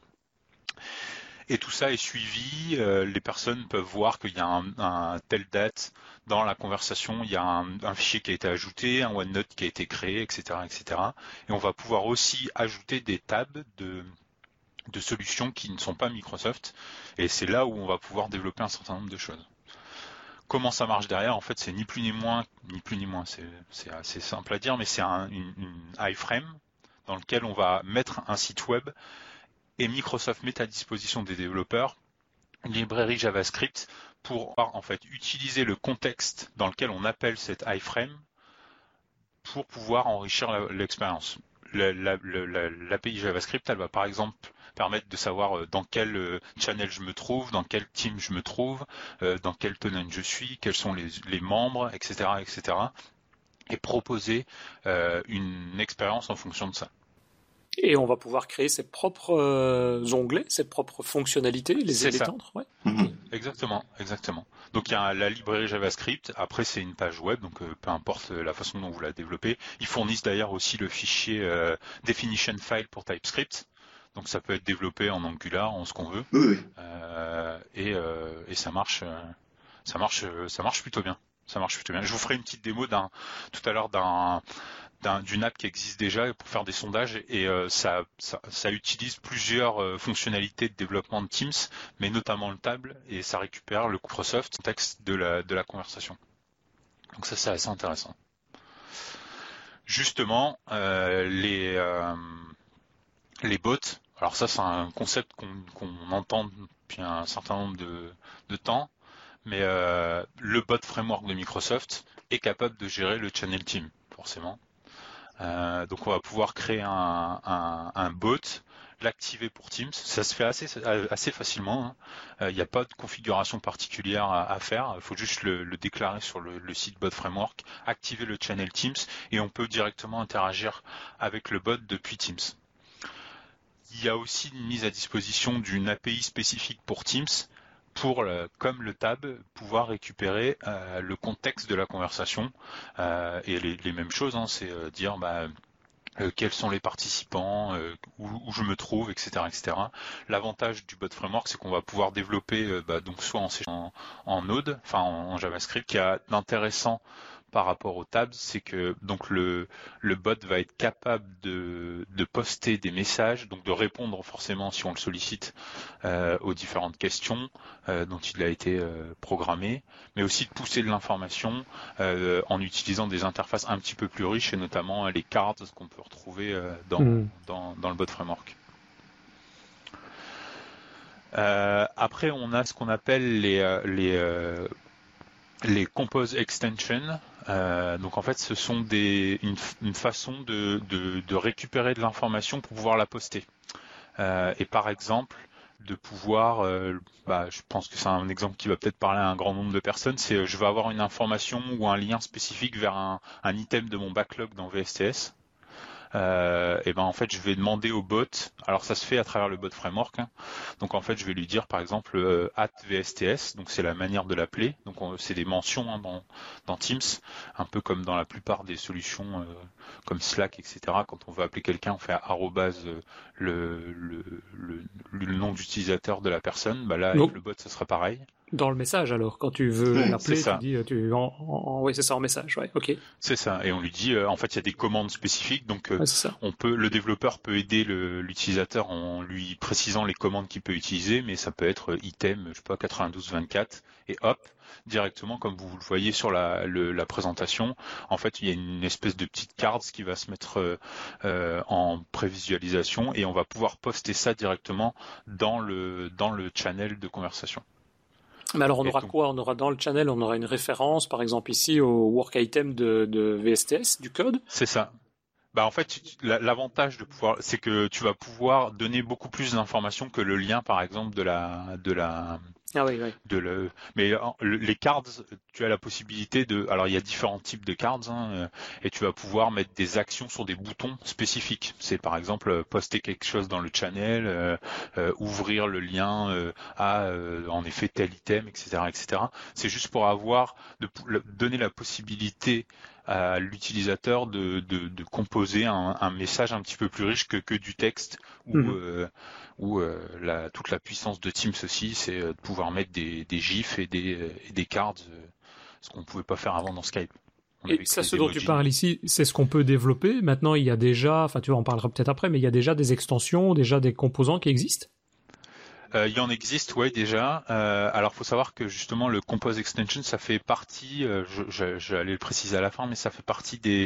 Et tout ça est suivi, euh, les personnes peuvent voir qu'il y a un, un telle date dans la conversation, il y a un, un fichier qui a été ajouté, un OneNote qui a été créé, et cetera, et cetera. Et on va pouvoir aussi ajouter des tabs de, de solutions qui ne sont pas Microsoft. Et c'est là où on va pouvoir développer un certain nombre de choses. Comment ça marche derrière? En fait, c'est ni plus ni moins, ni plus ni moins, c'est, c'est assez simple à dire, mais c'est un, une, une iframe dans lequel on va mettre un site web et Microsoft met à disposition des développeurs une librairie JavaScript pour en fait utiliser le contexte dans lequel on appelle cette iframe pour pouvoir enrichir l'expérience. L'A P I JavaScript, elle va par exemple permettre de savoir dans quel channel je me trouve, dans quel team je me trouve, dans quel tenant je suis, quels sont les, les membres, et cetera, et cetera. Et proposer euh, une expérience en fonction de ça. Et on va pouvoir créer ses propres euh, onglets, ses propres fonctionnalités, les étendre. Ouais. Mmh. Exactement, exactement. Donc il y a la librairie JavaScript, après c'est une page web, donc euh, peu importe la façon dont vous la développez. Ils fournissent d'ailleurs aussi le fichier euh, definition file pour TypeScript, donc ça peut être développé en Angular, en ce qu'on veut, Oui, oui. euh, et, euh, et ça marche, euh, ça marche, ça marche plutôt bien. Ça marche plutôt bien. Je vous ferai une petite démo d'un tout à l'heure d'un d'un, d'une app qui existe déjà pour faire des sondages et euh, ça, ça, ça utilise plusieurs euh, fonctionnalités de développement de Teams, mais notamment le table et ça récupère le Microsoft texte de la, de la conversation. Donc ça c'est assez intéressant. Justement, euh, les, euh, les bots, alors ça c'est un concept qu'on, qu'on entend depuis un certain nombre de, de temps, mais euh, le bot framework de Microsoft est capable de gérer le channel team, forcément. Euh, donc on va pouvoir créer un, un, un bot, l'activer pour Teams. Ça se fait assez, assez facilement. Il hein. n'y euh, a pas de configuration particulière à, à faire. Il faut juste le, le déclarer sur le, le site Bot Framework, activer le channel Teams et on peut directement interagir avec le bot depuis Teams. Il y a aussi une mise à disposition d'une A P I spécifique pour Teams pour, le, comme le tab, pouvoir récupérer euh, le contexte de la conversation euh, et les, les mêmes choses, hein, c'est euh, dire bah, euh, quels sont les participants, euh, où, où je me trouve, et cetera, et cetera. L'avantage du bot framework, c'est qu'on va pouvoir développer euh, bah, donc soit en, en, en Node, enfin en, en JavaScript, qui a d'intéressant par rapport aux tabs, c'est que donc le le bot va être capable de de poster des messages, donc de répondre forcément si on le sollicite euh, aux différentes questions euh, dont il a été euh, programmé, mais aussi de pousser de l'information euh, en utilisant des interfaces un petit peu plus riches et notamment les cards qu'on peut retrouver euh, dans, mmh. dans dans le bot framework. Euh, après, on a ce qu'on appelle les les euh, les compose extensions. Euh, donc en fait, ce sont des une, une façon de, de de récupérer de l'information pour pouvoir la poster. Euh, et par exemple, de pouvoir, euh, bah, je pense que c'est un exemple qui va peut-être parler à un grand nombre de personnes. C'est euh, je vais avoir une information ou un lien spécifique vers un, un item de mon backlog dans V S T S. Euh, et ben en fait je vais demander au bot, alors ça se fait à travers le bot framework, hein. Donc en fait je vais lui dire par exemple euh, at V S T S, donc c'est la manière de l'appeler, donc on, c'est des mentions hein, dans, dans Teams, un peu comme dans la plupart des solutions euh, comme Slack, et cetera. Quand on veut appeler quelqu'un, on fait arrobase le, le, le, le nom d'utilisateur de la personne, bah là avec donc, le bot ça sera pareil. Dans le message alors, quand tu veux oui, l'appeler, tu dis, tu, en, en, oui c'est ça en message, ouais, ok. C'est ça, et on lui dit, euh, en fait il y a des commandes spécifiques, donc euh, ouais, on peut, le développeur peut aider le, l'utilisateur en lui précisant les commandes qu'il peut utiliser, mais ça peut être item, je sais pas, quatre-vingt-douze vingt-quatre, et hop, directement comme vous le voyez sur la, le, la présentation, en fait il y a une espèce de petite card qui va se mettre euh, euh, en prévisualisation, et on va pouvoir poster ça directement dans le, dans le channel de conversation. Mais alors on aura donc, quoi? On aura dans le channel, on aura une référence, par exemple ici au work item de, de V S T S, du code. C'est ça. Bah en fait, l'avantage de pouvoir, c'est que tu vas pouvoir donner beaucoup plus d'informations que le lien, par exemple, de la, de la, ah oui, oui. de le, mais les cards, tu as la possibilité de, alors il y a différents types de cards, hein, et tu vas pouvoir mettre des actions sur des boutons spécifiques. C'est par exemple poster quelque chose dans le channel, euh, euh, ouvrir le lien euh, à, euh, en effet tel item, et cetera, et cetera. C'est juste pour avoir, de donner la possibilité à l'utilisateur de, de, de composer un, un message un petit peu plus riche que, que du texte, ou mmh. euh, où euh, la, toute la puissance de Teams aussi, c'est de pouvoir mettre des, des gifs et des, et des cards, euh, ce qu'on ne pouvait pas faire avant dans Skype. Et ça, ce dont tu parles ici, c'est ce qu'on peut développer. Maintenant, il y a déjà, enfin tu vois, on parlera peut-être après, mais il y a déjà des extensions, déjà des composants qui existent. Euh, il y en existe, ouais, déjà. Euh, alors, faut savoir que justement, le Compose Extension, ça fait partie, euh, je, je, j'allais le préciser à la fin, mais ça fait partie des,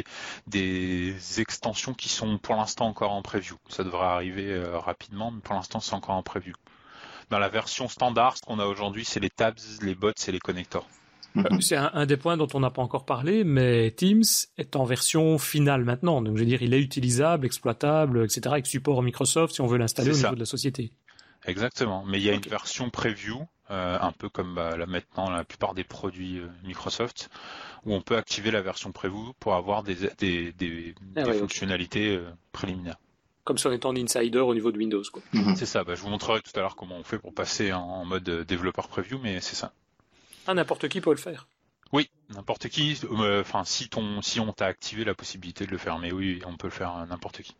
des extensions qui sont pour l'instant encore en preview. Ça devrait arriver euh, rapidement, mais pour l'instant, c'est encore en preview. Dans la version standard, ce qu'on a aujourd'hui, c'est les tabs, les bots et les connectors. C'est un, un des points dont on n'a pas encore parlé, mais Teams est en version finale maintenant. Donc, je veux dire, il est utilisable, exploitable, et cetera, avec support Microsoft si on veut l'installer c'est au ça. niveau de la société. Exactement, mais il y a okay. une version preview, euh, un peu comme bah, là, maintenant la plupart des produits euh, Microsoft, où on peut activer la version preview pour avoir des, des, des, ah des ouais, fonctionnalités okay. euh, préliminaires. Comme si on était en insider au niveau de Windows, quoi. Mm-hmm. C'est ça, bah, je vous montrerai tout à l'heure comment on fait pour passer en, en mode développeur preview, mais c'est ça. Ah, n'importe qui peut le faire. Oui, n'importe qui, enfin euh, si, ton, si on t'a activé la possibilité de le faire, mais oui, on peut le faire euh, n'importe qui.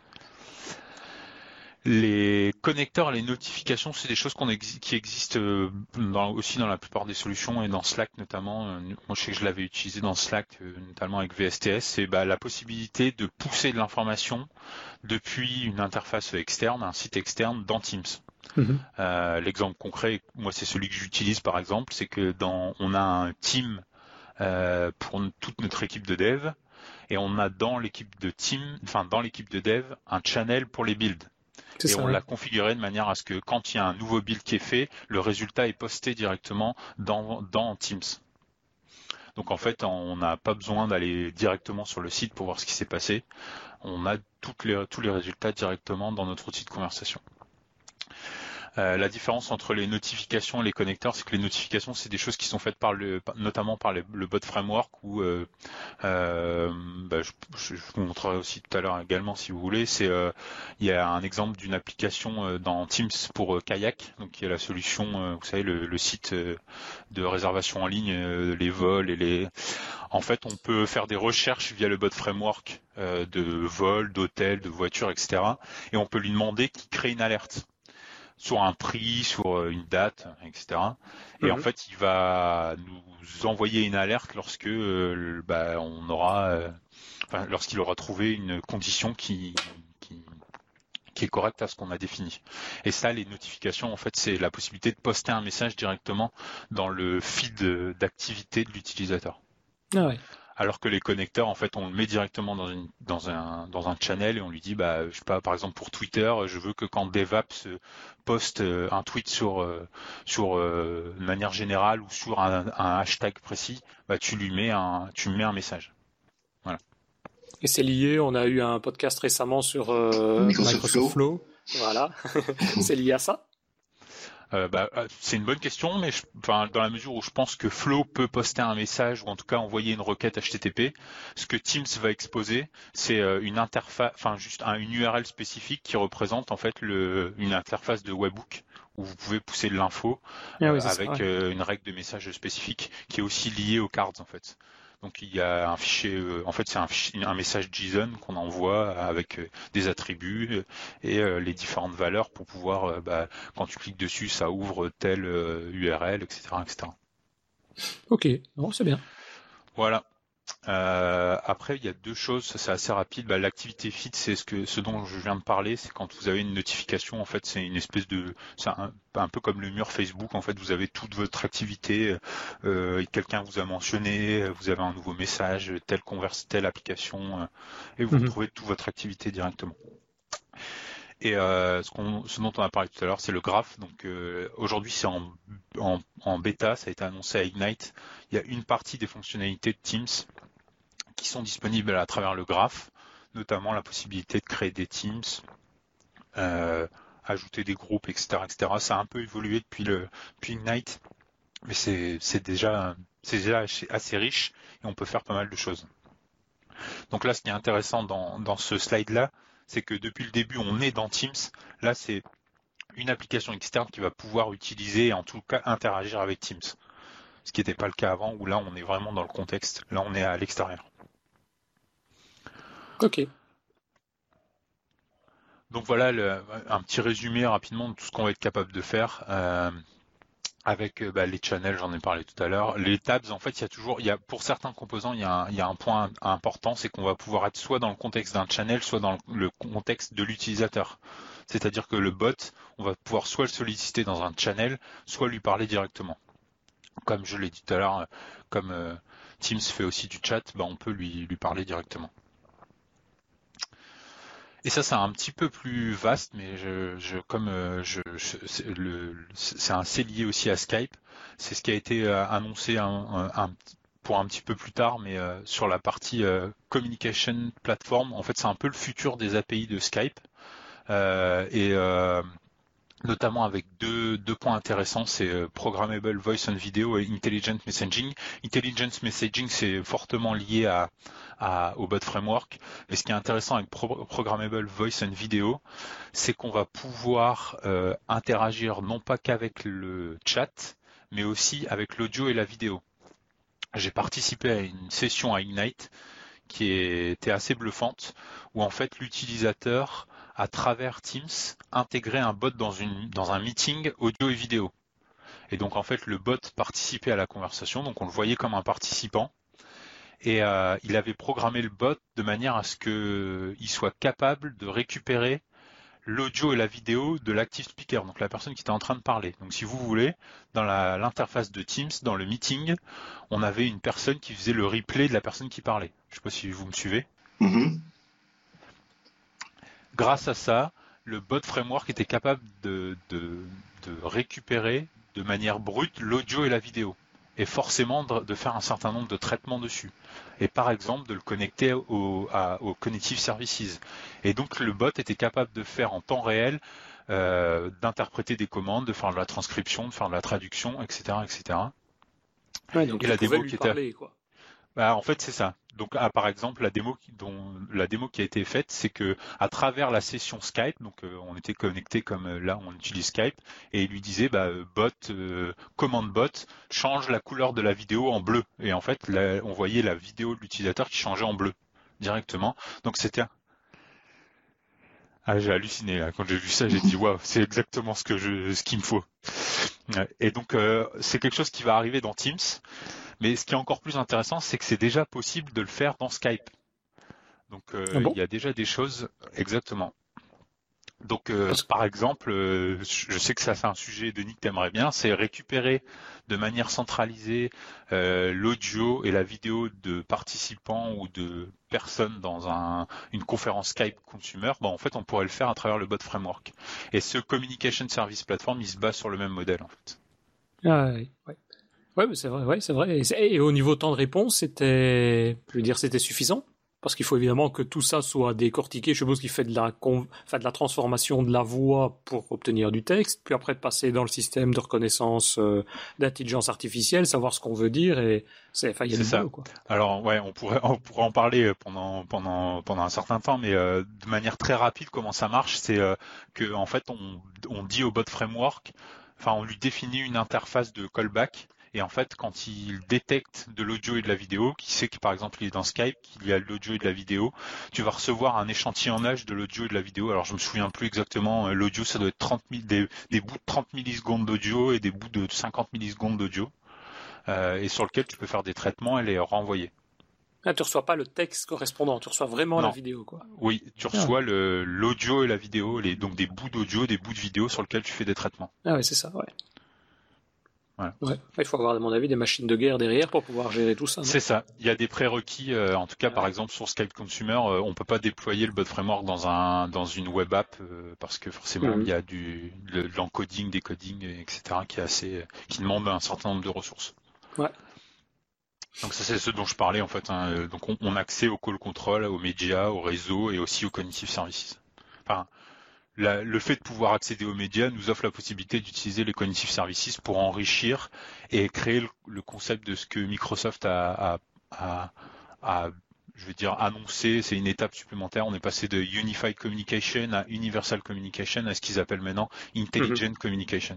Les connecteurs, les notifications, c'est des choses qu'on exi- qui existent dans, aussi dans la plupart des solutions et dans Slack notamment. Moi, je sais que je l'avais utilisé dans Slack, notamment avec V S T S. C'est bah, la possibilité de pousser de l'information depuis une interface externe, un site externe dans Teams. Mmh. Euh, l'exemple concret, moi, c'est celui que j'utilise par exemple, c'est que dans, on a un team euh, pour toute notre équipe de dev et on a dans l'équipe de team, enfin dans l'équipe de dev, un channel pour les builds. C'est et ça, on ouais. l'a configuré de manière à ce que quand il y a un nouveau build qui est fait, le résultat est posté directement dans, dans Teams. Donc en fait, on n'a pas besoin d'aller directement sur le site pour voir ce qui s'est passé. On a toutes les, tous les résultats directement dans notre outil de conversation. Euh, la différence entre les notifications et les connecteurs, c'est que les notifications, c'est des choses qui sont faites par le, notamment par les, le bot framework où euh, euh, bah, je, je, je vous montrerai aussi tout à l'heure également si vous voulez. C'est euh, il y a un exemple d'une application euh, dans Teams pour euh, Kayak, donc il y a la solution, euh, vous savez, le, le site euh, de réservation en ligne, euh, les vols et les. En fait, on peut faire des recherches via le bot framework euh, de vols, d'hôtels, de voitures, et cetera. Et on peut lui demander qu'il crée une alerte. sur un prix, sur une date, et cetera. Et mm-hmm. en fait, il va nous envoyer une alerte lorsque euh, bah, on aura, euh, enfin, lorsqu'il aura trouvé une condition qui, qui, qui est correcte à ce qu'on a défini. Et ça, les notifications, en fait, c'est la possibilité de poster un message directement dans le feed d'activité de l'utilisateur. Ah ouais. Alors que les connecteurs, en fait, on le met directement dans, une, dans, un, dans un channel et on lui dit, bah, je sais pas, par exemple pour Twitter, je veux que quand DevApps poste un tweet sur, sur euh, de manière générale ou sur un, un hashtag précis, bah, tu lui mets un, tu mets un message. Voilà. Et c'est lié, on a eu un podcast récemment sur euh, Microsoft, Microsoft Flow. Flow. Voilà, c'est lié à ça. Euh, bah, c'est une bonne question, mais je, enfin, dans la mesure où je pense que Flow peut poster un message ou en tout cas envoyer une requête H T T P, ce que Teams va exposer, c'est une interface, enfin juste un, une U R L spécifique qui représente en fait le, une interface de webhook où vous pouvez pousser de l'info ah oui, euh, avec ça, ouais. euh, une règle de message spécifique qui est aussi liée aux cards en fait. Donc il y a un fichier, euh, en fait c'est un, un message JSON qu'on envoie avec euh, des attributs euh, et euh, les différentes valeurs pour pouvoir, euh, bah, quand tu cliques dessus, ça ouvre telle euh, U R L, et cetera, et cetera. Ok, bon, c'est bien. Voilà. Euh, après, il y a deux choses, ça, c'est assez rapide. Bah, l'activité feed, c'est ce que, ce dont je viens de parler, c'est quand vous avez une notification. En fait, c'est une espèce de, c'est un, un peu comme le mur Facebook. En fait, vous avez toute votre activité. Euh, quelqu'un vous a mentionné, vous avez un nouveau message, telle converse, telle application, euh, et vous mm-hmm. retrouvez toute votre activité directement. Et euh, ce, qu'on, ce dont on a parlé tout à l'heure, c'est le graphe. Donc euh, aujourd'hui, c'est en, en, en bêta, ça a été annoncé à Ignite. Il y a une partie des fonctionnalités de Teams qui sont disponibles à travers le graphe, notamment la possibilité de créer des teams, euh, ajouter des groupes, et cetera, et cetera. Ça a un peu évolué depuis le depuis Ignite, mais c'est, c'est déjà c'est déjà assez riche et on peut faire pas mal de choses. Donc là, ce qui est intéressant dans dans ce slide-là, c'est que depuis le début, on est dans Teams. Là, c'est une application externe qui va pouvoir utiliser et en tout cas interagir avec Teams. Ce qui n'était pas le cas avant, où là, on est vraiment dans le contexte. Là, on est à l'extérieur. Ok. Donc voilà le, un petit résumé rapidement de tout ce qu'on va être capable de faire euh, avec bah, les channels, j'en ai parlé tout à l'heure. Les tabs, en fait, il y a toujours, il y a pour certains composants, il y a un, il y a un point important, c'est qu'on va pouvoir être soit dans le contexte d'un channel, soit dans le contexte de l'utilisateur. C'est-à-dire que le bot, on va pouvoir soit le solliciter dans un channel, soit lui parler directement. Comme je l'ai dit tout à l'heure, comme euh, Teams fait aussi du chat, bah, on peut lui, lui parler directement. Et ça, c'est un petit peu plus vaste, mais je, je comme euh, je, je c'est, le, c'est assez lié aussi à Skype. C'est ce qui a été euh, annoncé un, un, un, pour un petit peu plus tard, mais euh, sur la partie euh, communication platform. En fait, c'est un peu le futur des A P I de Skype, euh, et euh, notamment avec deux, deux points intéressants, c'est euh, Programmable Voice and Video et Intelligent Messaging. Intelligent Messaging, c'est fortement lié à, à, au bot framework. Mais ce qui est intéressant avec Pro- Programmable Voice and Video, c'est qu'on va pouvoir euh, interagir non pas qu'avec le chat, mais aussi avec l'audio et la vidéo. J'ai participé à une session à Ignite qui était assez bluffante, où en fait l'utilisateur, à travers Teams, intégrer un bot dans, une, dans un meeting audio et vidéo. Et donc en fait le bot participait à la conversation, donc on le voyait comme un participant. Et euh, il avait programmé le bot de manière à ce qu'il soit capable de récupérer l'audio et la vidéo de l'active speaker, donc la personne qui était en train de parler. Donc si vous voulez, dans la, l'interface de Teams, dans le meeting, on avait une personne qui faisait le replay de la personne qui parlait. Je ne sais pas si vous me suivez. Mm-hmm. Grâce à ça, le bot framework était capable de, de, de récupérer de manière brute l'audio et la vidéo, et forcément de, de faire un certain nombre de traitements dessus, et par exemple de le connecter au, à, au Cognitive Services. Et donc le bot était capable de faire en temps réel, euh, d'interpréter des commandes, de faire de la transcription, de faire de la traduction, et cetera, et cetera. Ouais, donc et tu la pouvais démo lui qui parler, était... quoi. Bah, en fait, c'est ça. Donc, ah, par exemple, la démo, qui, dont, la démo qui a été faite, c'est que à travers la session Skype, donc euh, on était connecté comme euh, là, on utilise Skype, et il lui disait, bah, bot, euh, commande bot, change la couleur de la vidéo en bleu. Et en fait, là, on voyait la vidéo de l'utilisateur qui changeait en bleu directement. Donc, c'était Ah, j'ai halluciné là. Quand j'ai vu ça, j'ai dit waouh, c'est exactement ce que je, ce qu'il me faut. Et donc euh, c'est quelque chose qui va arriver dans Teams. Mais ce qui est encore plus intéressant, c'est que c'est déjà possible de le faire dans Skype. Donc euh, Ah bon il y a déjà des choses exactement. Donc, euh, par exemple, euh, je sais que ça c'est un sujet, Denis, que t'aimerais bien, c'est récupérer de manière centralisée euh, l'audio et la vidéo de participants ou de personnes dans un, une conférence Skype consumer. Bon, en fait, on pourrait le faire à travers le bot framework. Et ce Communication Service Platform, il se base sur le même modèle, en fait. Ah, ouais, ouais. Ouais, mais c'est vrai, ouais, c'est vrai. Et, et au niveau temps de réponse, c'était, je veux dire, c'était suffisant. Parce qu'il faut évidemment que tout ça soit décortiqué. Je suppose qu'il fait de la, con... enfin, de la transformation de la voix pour obtenir du texte, puis après de passer dans le système de reconnaissance euh, d'intelligence artificielle, savoir ce qu'on veut dire, et c'est, enfin, il y a du boulot, quoi. Alors ouais, on pourrait, on pourrait en parler pendant pendant pendant un certain temps, mais euh, de manière très rapide, comment ça marche, c'est euh, que en fait, on on dit au bot framework, enfin, on lui définit une interface de callback. Et en fait, quand il détecte de l'audio et de la vidéo, qui sait que par exemple il est dans Skype, qu'il y a de l'audio et de la vidéo, tu vas recevoir un échantillonnage de l'audio et de la vidéo. Alors je me souviens plus exactement, l'audio ça doit être trente mille, des, des bouts de trente millisecondes d'audio et des bouts de cinquante millisecondes d'audio, euh, et sur lequel tu peux faire des traitements et les renvoyer. Ah, tu reçois pas le texte correspondant, tu reçois vraiment non. la vidéo, quoi. Oui, tu reçois ah. le, l'audio et la vidéo, les, donc des bouts d'audio, des bouts de vidéo sur lesquels tu fais des traitements. Ah oui, c'est ça, ouais. Voilà. Ouais. Il faut avoir, à mon avis, des machines de guerre derrière pour pouvoir gérer tout ça. C'est ça. Il y a des prérequis. Euh, en tout cas, ouais. Par exemple, sur Skype Consumer, euh, on peut pas déployer le bot framework dans un dans une web app euh, parce que forcément, mm-hmm. il y a du le, de l'encoding, décoding, et cetera, qui est assez, qui demande un certain nombre de ressources. Ouais. Donc ça, c'est ce dont je parlais en fait. Hein. Donc on, on a accès au call control, aux médias, au réseau et aussi aux cognitive services. Enfin. La, le fait de pouvoir accéder aux médias nous offre la possibilité d'utiliser les cognitive services pour enrichir et créer le, le concept de ce que Microsoft a, a, a, a, je veux dire, annoncé. C'est une étape supplémentaire. On est passé de Unified Communication à Universal Communication à ce qu'ils appellent maintenant Intelligent mm-hmm. Communication.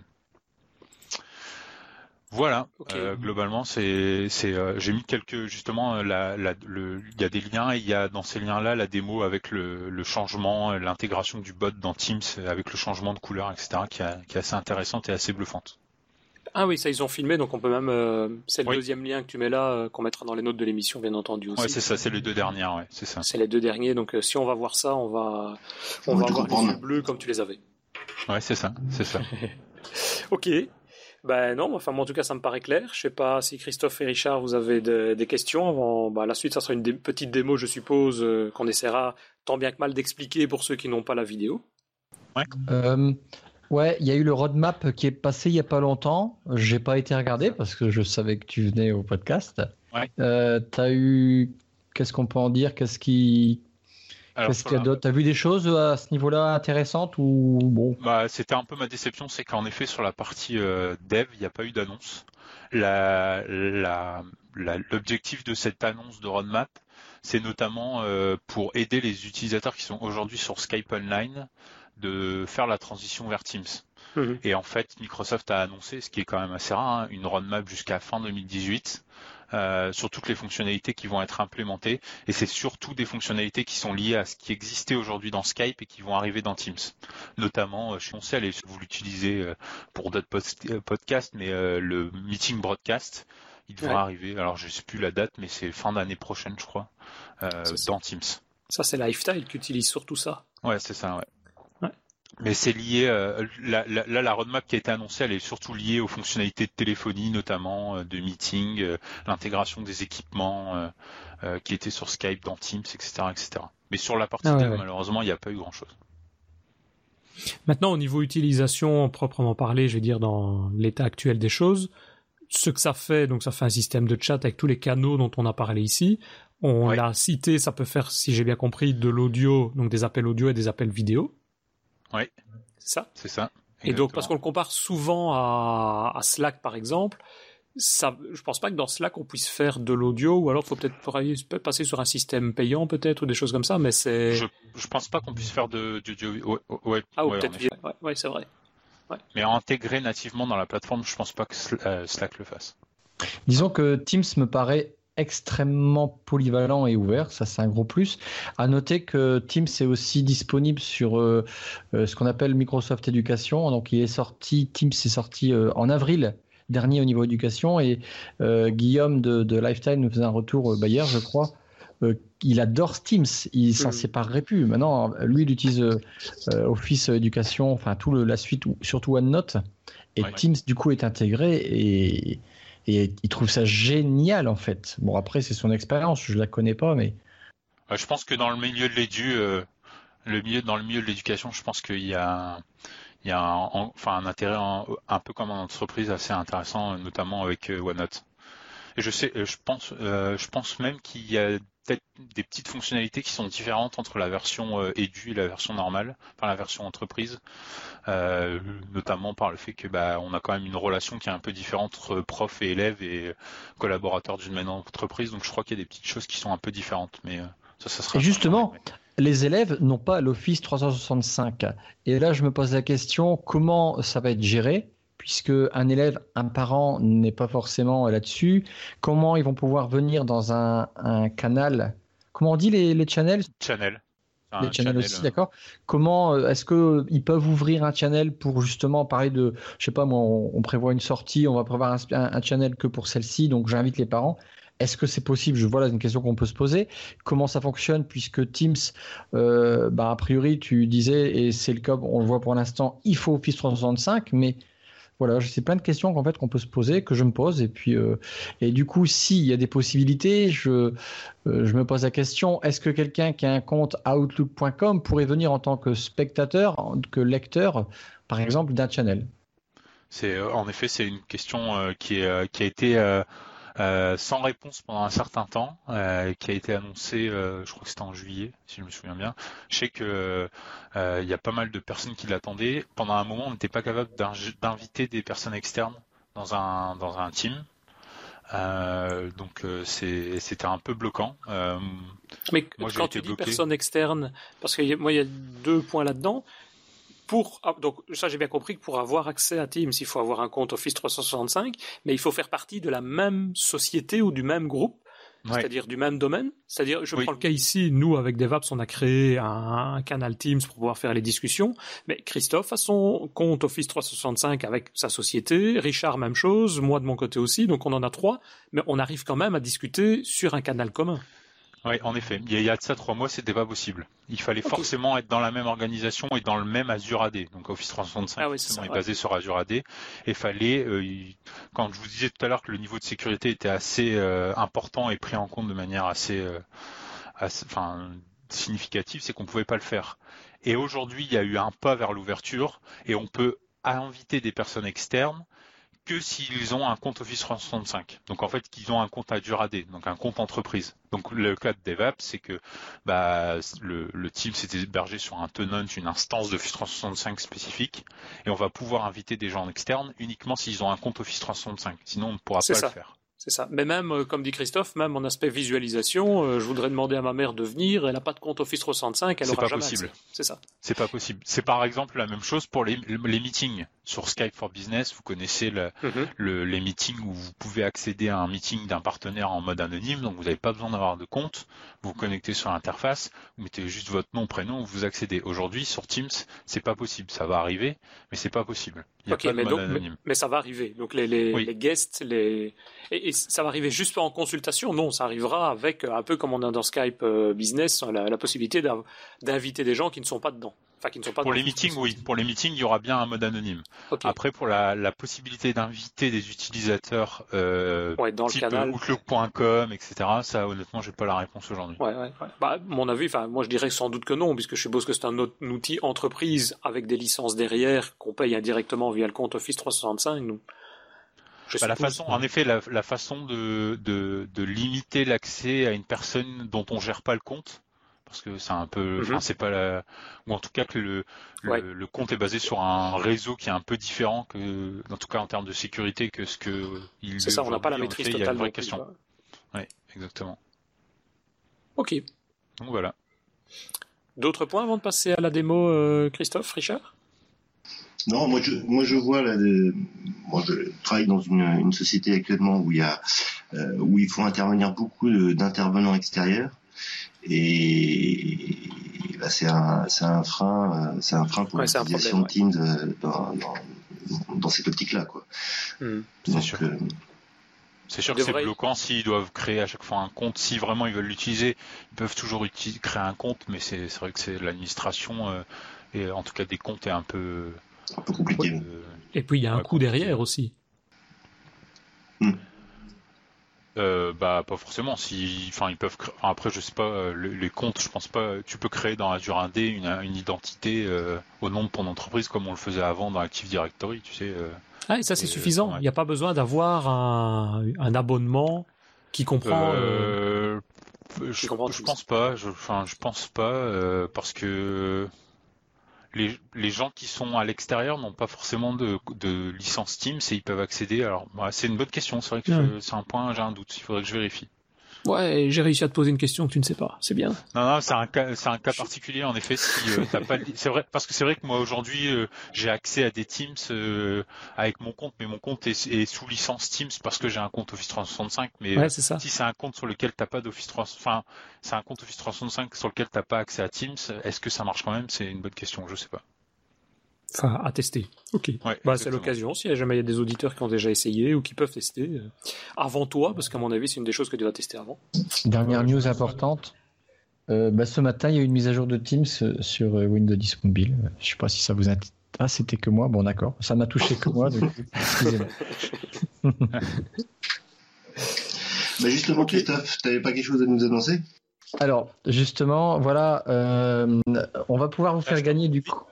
Voilà, okay. euh, globalement, c'est, c'est, euh, j'ai mis quelques, justement, la, la, le, il y a des liens et il y a dans ces liens-là la démo avec le, le changement, l'intégration du bot dans Teams avec le changement de couleur, et cetera, qui, a, qui est assez intéressante et assez bluffante. Ah oui, ça ils ont filmé, donc on peut même, euh, c'est le oui. deuxième lien que tu mets là, euh, qu'on mettra dans les notes de l'émission, bien entendu aussi. Ouais, c'est ça, c'est les deux dernières, ouais, c'est ça. C'est les deux derniers, donc euh, si on va voir ça, on va, on, on va avoir les yeux bleus comme tu les avais. Ouais, c'est ça, c'est ça. Ok. Ben non, enfin moi en tout cas ça me paraît clair. Je sais pas si Christophe et Richard vous avez de, des questions avant. Bah, la suite ça sera une dé- petite démo je suppose euh, qu'on essaiera tant bien que mal d'expliquer pour ceux qui n'ont pas la vidéo. Ouais. Euh, ouais, il y a eu le roadmap qui est passé il y a pas longtemps. J'ai pas été regardé parce que je savais que tu venais au podcast. Ouais. Euh, t'as eu, qu'est-ce qu'on peut en dire, qu'est-ce qui Alors, Qu'est-ce qu'il y a d'autre ? T'as vu des choses à ce niveau-là intéressantes ou bon ? Bah, c'était un peu ma déception, c'est qu'en effet sur la partie euh, dev, il n'y a pas eu d'annonce. La, la, la, l'objectif de cette annonce de roadmap, c'est notamment euh, pour aider les utilisateurs qui sont aujourd'hui sur Skype Online de faire la transition vers Teams. Mmh. Et en fait, Microsoft a annoncé, ce qui est quand même assez rare, hein, une roadmap jusqu'à fin deux mille dix-huit. Euh, sur toutes les fonctionnalités qui vont être implémentées, et c'est surtout des fonctionnalités qui sont liées à ce qui existait aujourd'hui dans Skype et qui vont arriver dans Teams. Notamment, je pense que vous l'utilisez pour d'autres podcasts, mais euh, le meeting broadcast, il devrait ouais. arriver. Alors je sais plus la date, mais c'est fin d'année prochaine, je crois, euh, dans Teams. Ça, c'est Lifestyle qui utilise surtout ça. Ouais, c'est ça, ouais. Mais c'est lié, euh, là, là, la roadmap qui a été annoncée, elle est surtout liée aux fonctionnalités de téléphonie, notamment euh, de meeting, euh, l'intégration des équipements euh, euh, qui étaient sur Skype dans Teams, et cetera, et cetera. Mais sur la partie ah, ouais, dev, ouais. malheureusement, il n'y a pas eu grand-chose. Maintenant, au niveau utilisation proprement parlé, je veux dire dans l'état actuel des choses, ce que ça fait, donc ça fait un système de chat avec tous les canaux dont on a parlé ici. On ouais. l'a cité, ça peut faire, si j'ai bien compris, de l'audio, donc des appels audio et des appels vidéo. Oui, c'est ça. C'est ça. Exactement. Et donc, parce qu'on le compare souvent à, à Slack, par exemple, ça, je pense pas que dans Slack on puisse faire de l'audio, ou alors il faut peut-être passer sur un système payant, peut-être, ou des choses comme ça, mais c'est. Je, je pense pas qu'on puisse faire de d'audio. Ouais, ouais, ah, ou ouais, peut-être. Ouais, ouais, c'est vrai. Ouais. Mais intégré nativement dans la plateforme, je pense pas que Slack le fasse. Disons que Teams me paraît extrêmement polyvalent et ouvert, ça c'est un gros plus. À noter que Teams est aussi disponible sur euh, euh, ce qu'on appelle Microsoft Education. Donc il est sorti, Teams est sorti euh, en avril dernier au niveau éducation et euh, Guillaume de, de Lifetime nous faisait un retour euh, bah, hier, je crois. Euh, il adore Teams, il s'en mmh. séparerait plus. Maintenant, lui, il utilise euh, Office Éducation, enfin tout le, la suite, surtout OneNote, et ouais, Teams du coup est intégré et Et il trouve ça génial en fait. Bon après c'est son expérience, je la connais pas mais. Je pense que dans le milieu de l'édu, euh, le milieu dans le milieu de l'éducation, je pense qu'il y a, il y a un, enfin un intérêt un, un peu comme en entreprise assez intéressant, notamment avec euh, OneNote. Et je sais, je pense, euh, je pense même qu'il y a peut-être des petites fonctionnalités qui sont différentes entre la version euh, édu et la version normale, enfin la version entreprise, euh, notamment par le fait que bah on a quand même une relation qui est un peu différente entre prof et élève et collaborateur d'une même entreprise, donc je crois qu'il y a des petites choses qui sont un peu différentes, mais euh, ça, ça sera. Et justement, les élèves n'ont pas l'Office trois cent soixante-cinq, et là je me pose la question comment ça va être géré? Puisque un élève, un parent n'est pas forcément là-dessus, comment ils vont pouvoir venir dans un, un canal? Comment on dit les, les channels? Channel. Les channels aussi, d'accord. Comment est-ce que ils peuvent ouvrir un channel pour justement parler de, je sais pas moi, on, on prévoit une sortie, on va prévoir un, un, un channel que pour celle-ci, donc j'invite les parents. Est-ce que c'est possible? Je vois là une question qu'on peut se poser. Comment ça fonctionne puisque Teams, euh, bah a priori tu disais et c'est le cas, on le voit pour l'instant, il faut Office trois cent soixante-cinq, mais voilà, c'est plein de questions qu'en fait qu'on peut se poser, que je me pose, et puis euh, et du coup, s'il y a des possibilités, je euh, je me pose la question est-ce que quelqu'un qui a un compte Outlook point com pourrait venir en tant que spectateur, que lecteur, par exemple, d'un channel? C'est en effet c'est une question euh, qui est qui a été euh, euh, sans réponse pendant un certain temps, euh, qui a été annoncé, euh, je crois que c'était en juillet, si je me souviens bien. Je sais que euh, il y a pas mal de personnes qui l'attendaient. Pendant un moment, on n'était pas capable d'inviter des personnes externes dans un dans un team. Euh, donc euh, c'est c'était un peu bloquant. Euh, Mais moi, quand tu dis bloqué. Personnes externes, parce que moi il y a deux points là-dedans. Pour, donc ça j'ai bien compris que pour avoir accès à Teams, il faut avoir un compte Office trois cent soixante-cinq, mais il faut faire partie de la même société ou du même groupe, ouais. C'est-à-dire du même domaine. C'est-à-dire, je oui. prends le cas ici, nous avec DevApps, on a créé un, un canal Teams pour pouvoir faire les discussions, mais Christophe a son compte Office trois cent soixante-cinq avec sa société, Richard même chose, moi de mon côté aussi, donc on en a trois, mais on arrive quand même à discuter sur un canal commun. Oui, en effet. Il y a de ça trois mois, c'était pas possible. Il fallait okay. forcément être dans la même organisation et dans le même Azure A D. Donc Office trois cent soixante-cinq ah oui, c'est ça, est ouais. basé sur Azure A D. Et fallait, euh, il... quand je vous disais tout à l'heure que le niveau de sécurité était assez euh, important et pris en compte de manière assez, euh, assez enfin, significative, c'est qu'on pouvait pas le faire. Et aujourd'hui, il y a eu un pas vers l'ouverture et on peut inviter des personnes externes que s'ils ont un compte Office trois cent soixante-cinq. Donc en fait, qu'ils ont un compte Azure A D, donc un compte entreprise. Donc le cas de DevApp, c'est que bah, le, le team s'était hébergé sur un tenant, une instance d'Office trois cent soixante-cinq spécifique, et on va pouvoir inviter des gens externes uniquement s'ils ont un compte Office trois cent soixante-cinq. Sinon, on ne pourra c'est pas ça. le faire. C'est ça. Mais même, euh, comme dit Christophe, même en aspect visualisation, euh, je voudrais demander à ma mère de venir, elle n'a pas de compte Office trois cent soixante-cinq, elle c'est aura pas jamais possible. accès. C'est ça. C'est pas possible. C'est par exemple la même chose pour les, les meetings. Sur Skype for Business, vous connaissez le, mm-hmm. le, les meetings où vous pouvez accéder à un meeting d'un partenaire en mode anonyme, donc vous n'avez pas besoin d'avoir de compte, vous vous connectez sur l'interface, vous mettez juste votre nom, prénom, vous accédez. Aujourd'hui, sur Teams, c'est pas possible. Ça va arriver, mais c'est pas possible. Il y a okay, pas de mais, mode donc, anonyme. Mais, mais ça va arriver. Donc les, les, oui. les guests, les... Et, et ça va arriver juste en consultation. Non, ça arrivera avec, un peu comme on a dans Skype euh, Business, la, la possibilité d'inviter des gens qui ne sont pas dedans. Enfin, qui ne sont pas pour les meetings, oui. Pour les meetings, il y aura bien un mode anonyme. Okay. Après, pour la, la possibilité d'inviter des utilisateurs euh, ouais, dans type le canal. Outlook point com, et cetera, ça, honnêtement, j'ai pas la réponse aujourd'hui. Ouais, ouais, ouais. Bah, mon avis, enfin, moi, je dirais sans doute que non, puisque je suppose que c'est un, autre, un outil entreprise avec des licences derrière qu'on paye indirectement via le compte Office trois cent soixante-cinq. Donc, je bah, la façon, en effet, la, la façon de, de, de limiter l'accès à une personne dont on gère pas le compte. Parce que c'est un peu, enfin, mm-hmm. c'est pas la, ou en tout cas que le, ouais. le, le compte est basé sur un réseau qui est un peu différent que, en tout cas en termes de sécurité que ce que il. C'est ça, on n'a pas la maîtrise totale. Il y a une vraie question. Oui, exactement. Ok. Donc voilà. D'autres points avant de passer à la démo, euh, Christophe, Richard? Non, moi je, moi je vois là, de... moi je travaille dans une, une société actuellement où il y a euh, où il faut intervenir beaucoup de, d'intervenants extérieurs. Et bah, c'est un c'est un frein c'est un frein pour ouais, l'utilisation de problème, Teams ouais. dans, dans dans cette optique là quoi. Mmh. C'est sûr. Euh, c'est sûr que devrait... c'est bloquant s'ils doivent créer à chaque fois un compte. Si vraiment ils veulent l'utiliser, ils peuvent toujours utiliser, créer un compte, mais c'est, c'est vrai que c'est l'administration euh, et en tout cas des comptes est un peu un peu compliqué. Euh, et puis il y a un ouais, coût compliqué. Derrière aussi. Mmh. Euh, bah pas forcément. Si, enfin ils peuvent. Enfin, après je sais pas euh, les, les comptes. Je pense pas. Tu peux créer dans Azure un D une, une identité euh, au nom de ton entreprise comme on le faisait avant dans Active Directory. Tu sais. Euh, ah et ça c'est et, suffisant. Il ouais. n'y a pas besoin d'avoir un, un abonnement qui comprend. Euh, euh, je, comprend je pense pas. Je, enfin je pense pas euh, parce que. Les, les gens qui sont à l'extérieur n'ont pas forcément de, de licence Teams et ils peuvent accéder. Alors, bah, c'est une bonne question. C'est vrai que ouais. je, c'est un point, j'ai un doute. Il faudrait que je vérifie. Ouais, j'ai réussi à te poser une question que tu ne sais pas. C'est bien. Non, non, c'est un cas, c'est un cas particulier en effet. Si euh, t'as pas, c'est vrai, parce que c'est vrai que moi aujourd'hui, euh, j'ai accès à des Teams euh, avec mon compte, mais mon compte est, est sous licence Teams parce que j'ai un compte Office trois cent soixante-cinq. Mais ouais, euh, c'est ça. si c'est un compte sur lequel t'as pas d'Office trois cents, enfin, c'est un compte Office trois cent soixante-cinq sur lequel t'as pas accès à Teams, est-ce que ça marche quand même? C'est une bonne question. Je sais pas. Enfin, à tester. Ok. Ouais, bah, c'est l'occasion. Si jamais il y a des auditeurs qui ont déjà essayé ou qui peuvent tester euh, avant toi, parce qu'à mon avis, c'est une des choses que tu dois tester avant. Dernière euh, news importante. Euh, bah, ce matin, il y a eu une mise à jour de Teams sur Windows dix Mobile. Je sais pas si ça vous intéresse. Ah, c'était que moi. Bon, d'accord. Ça m'a touché que moi. Donc... Excusez-moi. bah justement, Christophe, t'avais pas quelque chose à nous annoncer? Alors, justement, voilà, euh, on va pouvoir vous faire gagner du coup.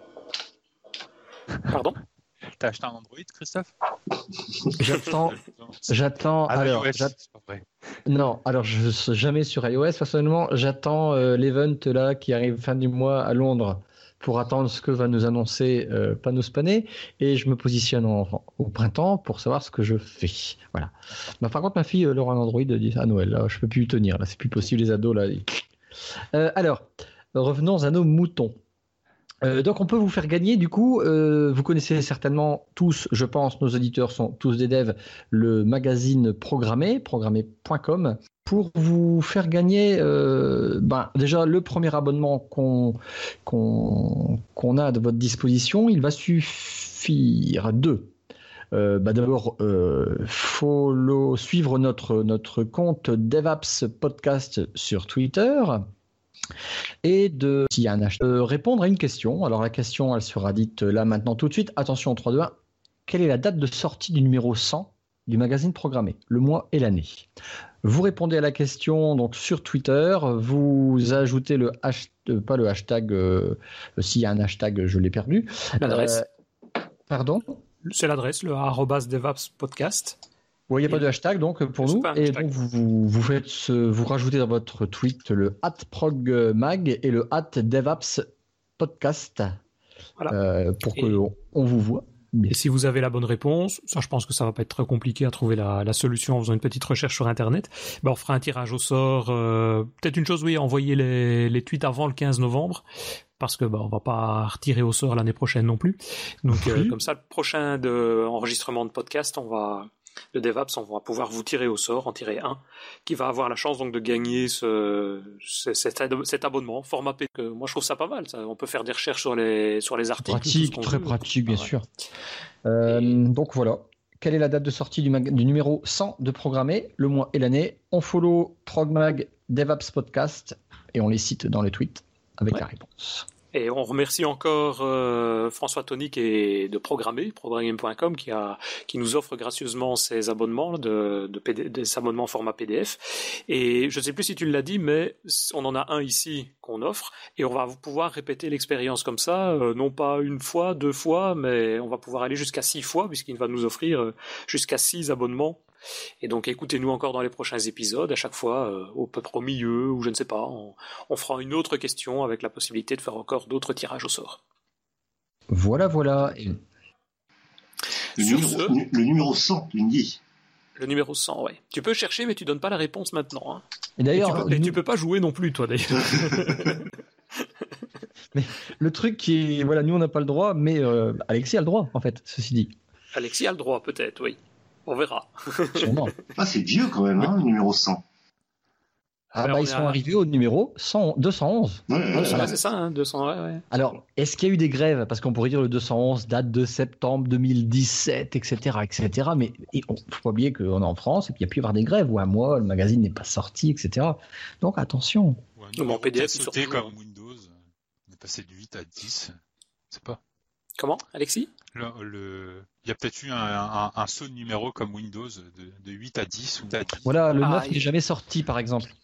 Pardon? T'as acheté un Android, Christophe? J'attends. J'attends. Ah, alors, iOS, j'att... c'est pas vrai. Non, alors je suis jamais sur iOS. Personnellement, j'attends euh, l'event là qui arrive fin du mois à Londres pour attendre ce que va nous annoncer euh, Panos Panay et je me positionne en, au printemps pour savoir ce que je fais. Voilà. Mais par contre, ma fille euh, aura un Android à Noël. Là, je peux plus y tenir. Là, c'est plus possible les ados là. Euh, alors, revenons à nos moutons. Euh, donc on peut vous faire gagner du coup, euh, vous connaissez certainement tous, je pense, nos auditeurs sont tous des devs, le magazine Programmé, programmé point com, pour vous faire gagner euh, ben, déjà le premier abonnement qu'on, qu'on, qu'on a à votre disposition, il va suffire deux. Euh, bah d'abord, euh, follow, suivre notre, notre compte DevApps Podcast sur Twitter. Et de, s'il y a un hashtag, euh, répondre à une question. Alors la question, elle sera dite là maintenant tout de suite. Attention, trois, deux, un. Quelle est la date de sortie du numéro cent du magazine Programmé? Le mois et l'année. Vous répondez à la question donc sur Twitter. Vous ajoutez le hashtag, pas le hashtag. Euh, s'il y a un hashtag, je l'ai perdu. L'adresse. Euh, pardon. C'est l'adresse, le arobase devaps podcast. Oui, il n'y a pas de hashtag donc pour nous. Et donc vous, vous, vous faites ce, vous rajoutez dans votre tweet le at progmag et le at devaps podcast voilà. euh, pour que on, on vous voit. Et si vous avez la bonne réponse, ça je pense que ça va pas être très compliqué à trouver la, la solution en faisant une petite recherche sur internet. Ben, on fera un tirage au sort. Euh, peut-être une chose, oui, envoyer les, les tweets avant le quinze novembre. Parce que bah, on va pas retirer au sort l'année prochaine non plus. Donc oui. euh, comme ça, le prochain de, enregistrement de podcast, on va le DevApps, on va pouvoir vous tirer au sort, en tirer un, qui va avoir la chance donc de gagner ce, ce cet, cet abonnement format P D F. Moi, je trouve ça pas mal. Ça. On peut faire des recherches sur les sur les articles. Pratique, très veut. pratique, bien ah, ouais. sûr. Euh, et... Donc voilà. Quelle est la date de sortie du, mag- du numéro cent de Programmé, le mois et l'année? On follow Progmag, DevApps Podcast et on les cite dans les tweets avec ouais. la réponse. Et on remercie encore euh, François Tonic et de Programmé, programmé point com, qui a qui nous offre gracieusement ces abonnements de, de P D, des abonnements format P D F. Et je ne sais plus si tu l'as dit, mais on en a un ici qu'on offre, et on va pouvoir répéter l'expérience comme ça, euh, non pas une fois, deux fois, mais on va pouvoir aller jusqu'à six fois, puisqu'il va nous offrir euh, jusqu'à six abonnements. Et donc écoutez-nous encore dans les prochains épisodes, à chaque fois euh, au peu près au milieu, ou je ne sais pas, on, on fera une autre question avec la possibilité de faire encore d'autres tirages au sort. Voilà, voilà. Et... Le, numéro, ce, le numéro cent, tu me dis. Le numéro cent, ouais. Tu peux chercher, mais tu donnes pas la réponse maintenant. Hein. Et d'ailleurs, et tu, peux, nous... et tu peux pas jouer non plus, toi d'ailleurs. Mais le truc qui est, voilà, nous on n'a pas le droit, mais euh, Alexis a le droit, en fait, ceci dit. Alexis a le droit, peut-être, oui. On verra. Sûrement. Ah, c'est vieux quand même, hein, le numéro cent. Ah Alors, bah on ils est sont à- arrivés au numéro cent, deux cent onze. Ouais, ouais, Ouais, ouais. c'est ça, hein, deux cents, ouais, ouais. Alors, est-ce qu'il y a eu des grèves? Parce qu'on pourrait dire le deux cent onze date de septembre deux mille dix-sept, et cetera, et cetera. Mais il ne faut pas oublier qu'on est en France et qu'il y a pu y avoir des grèves où un mois, le magazine n'est pas sorti, et cetera. Donc attention. Ou un Non, mais en numéro P D F, qui a il sort sauté toujours, comme hein. Windows. On est passé de huit à dix. Je sais pas. Comment, Alexis? Le, le... Il y a peut-être eu un, un, un saut de numéro comme Windows de, de huit à dix ou à dix. Voilà, le Ah, neuf il- n'est jamais sorti, par exemple.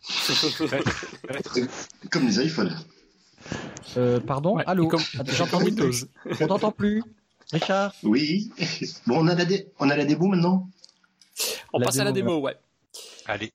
Comme les iPhones. Euh, pardon. Ouais, Allô. et comme- Attends, comme j'entends Windows. plus. On t'entend plus. Richard. Oui. Bon, on a la, dé... on a la démo maintenant. On La passe à la démo, démo, ouais. Allez.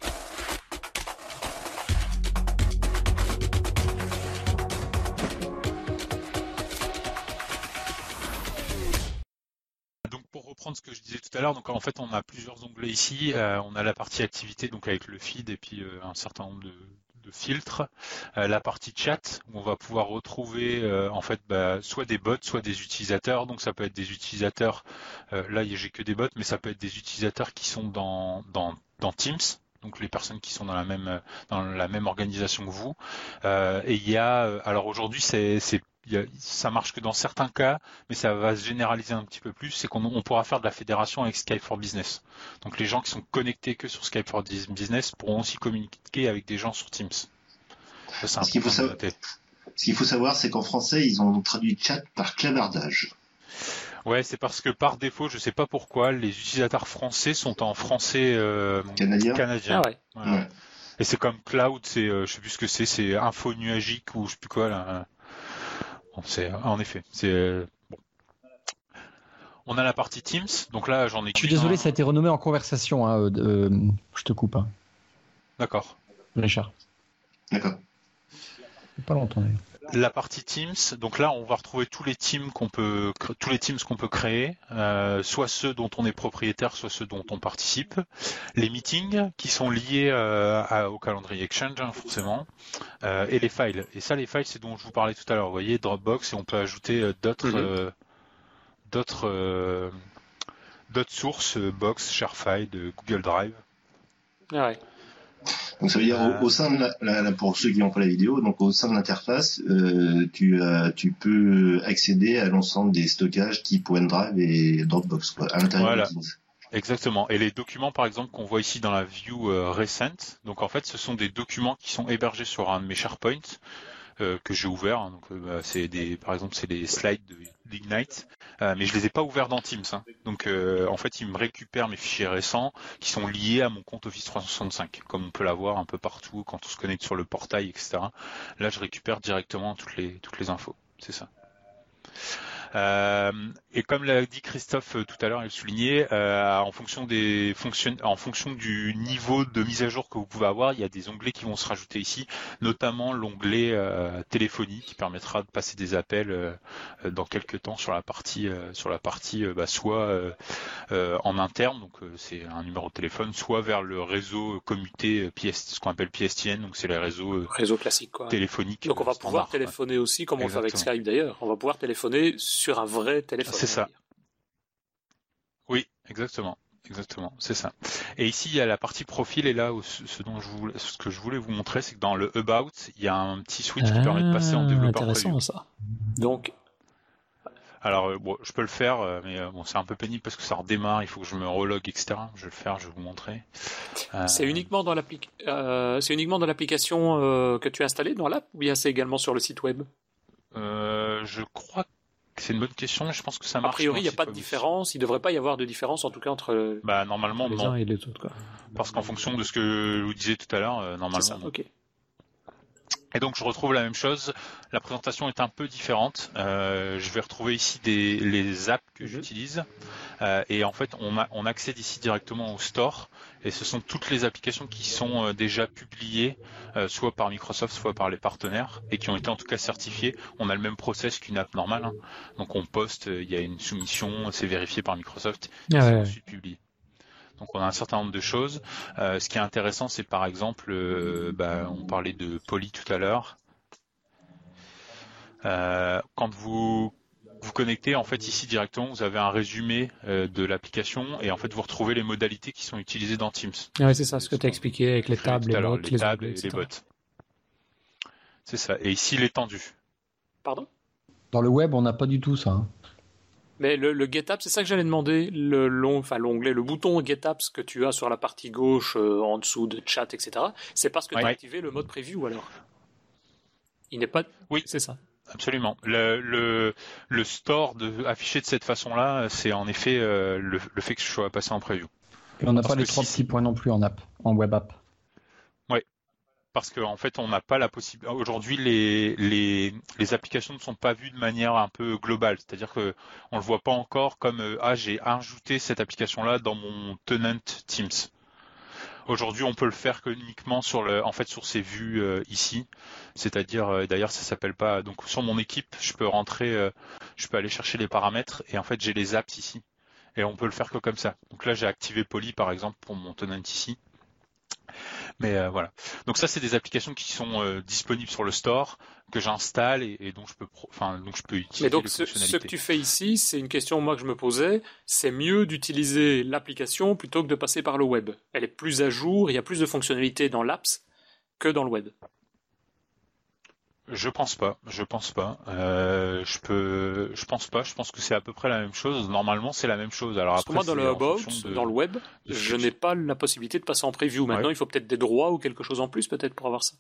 Donc pour reprendre ce que je disais tout à l'heure, donc en fait on a plusieurs onglets ici. Euh, on a la partie activité donc avec le feed et puis euh, un certain nombre de, de filtres. Euh, la partie chat où on va pouvoir retrouver euh, en fait bah, soit des bots, soit des utilisateurs. Donc ça peut être des utilisateurs. Euh, là j'ai que des bots, mais ça peut être des utilisateurs qui sont dans dans, dans Teams. Donc les personnes qui sont dans la même dans la même organisation que vous. Euh, et il y a alors aujourd'hui c'est c'est il y a, ça marche que dans certains cas, mais ça va se généraliser un petit peu plus, c'est qu'on on pourra faire de la fédération avec Skype for Business. Donc les gens qui sont connectés que sur Skype for Business pourront aussi communiquer avec des gens sur Teams. Ça, c'est Ce qu'il faut, important de sa... noter. Ce qu'il faut savoir, c'est qu'en français, ils ont traduit chat par clavardage. Ouais, c'est parce que par défaut, je sais pas pourquoi, les utilisateurs français sont en français euh, Canadien. canadien. Ah ouais. Voilà. Ouais. Et c'est comme cloud, c'est euh, je sais plus ce que c'est, c'est info nuagique ou je sais plus quoi là. Bon, c'est en effet, c'est euh, bon. On a la partie Teams, donc là j'en ai. Je suis désolé, ça a été renommé en conversation. Hein, euh, euh, je te coupe, hein, D'accord. Richard. D'accord. Pas longtemps. d'ailleurs. La partie Teams, donc là on va retrouver tous les teams qu'on peut, tous les teams qu'on peut créer, euh, soit ceux dont on est propriétaire, soit ceux dont on participe. Les meetings qui sont liés euh, à, au calendrier Exchange, hein, forcément, euh, et les files. Et ça, les files, c'est dont je vous parlais tout à l'heure. Vous voyez, Dropbox, et on peut ajouter euh, d'autres, Mhm. euh, d'autres, euh, d'autres sources, euh, Box, Sharefile, de Google Drive. Ah ouais. Donc ça veut dire Euh... au, au sein de la, la, la, pour ceux qui n'ont pas la vidéo, donc au sein de l'interface, euh, tu, euh, tu peux accéder à l'ensemble des stockages type OneDrive et Dropbox quoi, à l'intérieur Voilà. de Teams. Exactement. Et les documents, par exemple, qu'on voit ici dans la view euh, recent, donc en fait, ce sont des documents qui sont hébergés sur un de mes SharePoint euh, que j'ai ouvert. Hein. Donc, euh, bah, c'est des, par exemple, c'est des slides de d'Ignite, euh, mais je les ai pas ouverts dans Teams. Hein. Donc, euh, en fait, ils me récupèrent mes fichiers récents qui sont liés à mon compte Office trois cent soixante-cinq, comme on peut l'avoir un peu partout quand on se connecte sur le portail, et cetera. Là, je récupère directement toutes les toutes les infos. C'est ça. Euh, et comme l'a dit Christophe euh, tout à l'heure, il le soulignait, euh, en fonction des fonctions, en fonction du niveau de mise à jour que vous pouvez avoir, il y a des onglets qui vont se rajouter ici, notamment l'onglet euh, téléphonie qui permettra de passer des appels euh, dans quelques temps sur la partie, euh, sur la partie, euh, bah, soit euh, euh, en interne, donc euh, c'est un numéro de téléphone, soit vers le réseau commuté P S, ce qu'on appelle P S T N, donc c'est les réseaux euh, Réseau classique, quoi. téléphoniques. Donc on va euh, pouvoir standards, téléphoner aussi, comme on le fait avec Exactement. Skype d'ailleurs. On va pouvoir téléphoner sur un vrai téléphone. C'est on va ça. dire. Oui, exactement. Exactement, c'est ça. Et ici, il y a la partie profil, et là, où ce, ce dont je voulais, ce que je voulais vous montrer, c'est que dans le About, il y a un petit switch qui permet de passer en développeur intéressant preview. ça. Donc, Alors, euh, bon, je peux le faire, euh, mais euh, bon, c'est un peu pénible parce que ça redémarre, il faut que je me relogue, et cetera. Je vais le faire, je vais vous montrer. Euh, c'est uniquement dans l'appli- euh, c'est uniquement dans l'application euh, que tu as installée dans l'app, ou bien c'est également sur le site web? euh, je crois que c'est une bonne question, mais je pense que ça A marche. priori, il sur n'y a le pas site de web aussi. différence. Il ne devrait pas y avoir de différence, en tout cas, entre le- Bah, normalement, les non. uns et les autres, quoi. Parce qu'en fonction de ce que je vous disais tout à l'heure, euh, C'est normalement, ça, non. ok. Et donc je retrouve la même chose. La présentation est un peu différente. Euh, je vais retrouver ici des, les apps que Mhm. j'utilise. Euh, et en fait, on, a, on accède ici directement au store. Et ce sont toutes les applications qui sont euh, déjà publiées, euh, soit par Microsoft, soit par les partenaires, et qui ont été en tout cas certifiées. On a le même process qu'une app normale. Hein. Donc on poste, il y a une soumission, c'est vérifié par Microsoft, et Ah c'est ouais. ensuite publié. Donc on a un certain nombre de choses. Euh, ce qui est intéressant, c'est par exemple, euh, bah, on parlait de Poly tout à l'heure. Euh, quand vous vous connectez en fait ici directement, vous avez un résumé euh, de l'application et en fait vous retrouvez les modalités qui sont utilisées dans Teams. Ouais, c'est ça ce que tu as expliqué avec les tables, les bots, les, les tables onglets, et les bots. C'est ça. Et ici l'étendue. Pardon ? Dans le web, on n'a pas du tout ça. Hein. Mais le, le GetApps, c'est ça que j'allais demander, le long, enfin l'onglet, le bouton GetApps que tu as sur la partie gauche, euh, en dessous de chat, et cetera. C'est parce que ouais. tu as activé le mode preview alors. Il n'est pas. Oui, c'est ça. Absolument. Le, le, le store de, affiché de cette façon-là, c'est en effet euh, le, le fait que je sois passé en preview. Et on n'a pas les trois si... petits points non plus en app, en web app. Oui. Parce qu'en en fait, on n'a pas la possibilité. Aujourd'hui, les, les, les applications ne sont pas vues de manière un peu globale. C'est-à-dire que on le voit pas encore comme euh, ah j'ai ajouté cette application-là dans mon tenant Teams. Aujourd'hui, on peut le faire que uniquement sur le, en fait, sur ces vues euh, ici. C'est-à-dire, euh, d'ailleurs, ça s'appelle pas. Donc, sur mon équipe, je peux rentrer, euh, je peux aller chercher les paramètres et en fait, j'ai les apps ici. Et on peut le faire que comme ça. Donc là, j'ai activé Poly, par exemple, pour mon tenant ici. Mais euh, voilà. Donc ça, c'est des applications qui sont euh, disponibles sur le store que j'installe et, et dont je peux, pro... enfin, donc je peux utiliser. Mais donc, les ce, fonctionnalités. ce que tu fais ici, c'est une question moi que je me posais. C'est mieux d'utiliser l'application plutôt que de passer par le web. Elle est plus à jour, il y a plus de fonctionnalités dans l'apps que dans le web. Je pense pas, je pense pas. Euh, je peux, je pense pas. Je pense que c'est à peu près la même chose. Normalement, c'est la même chose. Alors Parce après, que moi, dans le About, de... dans le web, je n'ai pas la possibilité de passer en preview. Maintenant, ouais. il faut peut-être des droits ou quelque chose en plus, peut-être pour avoir ça.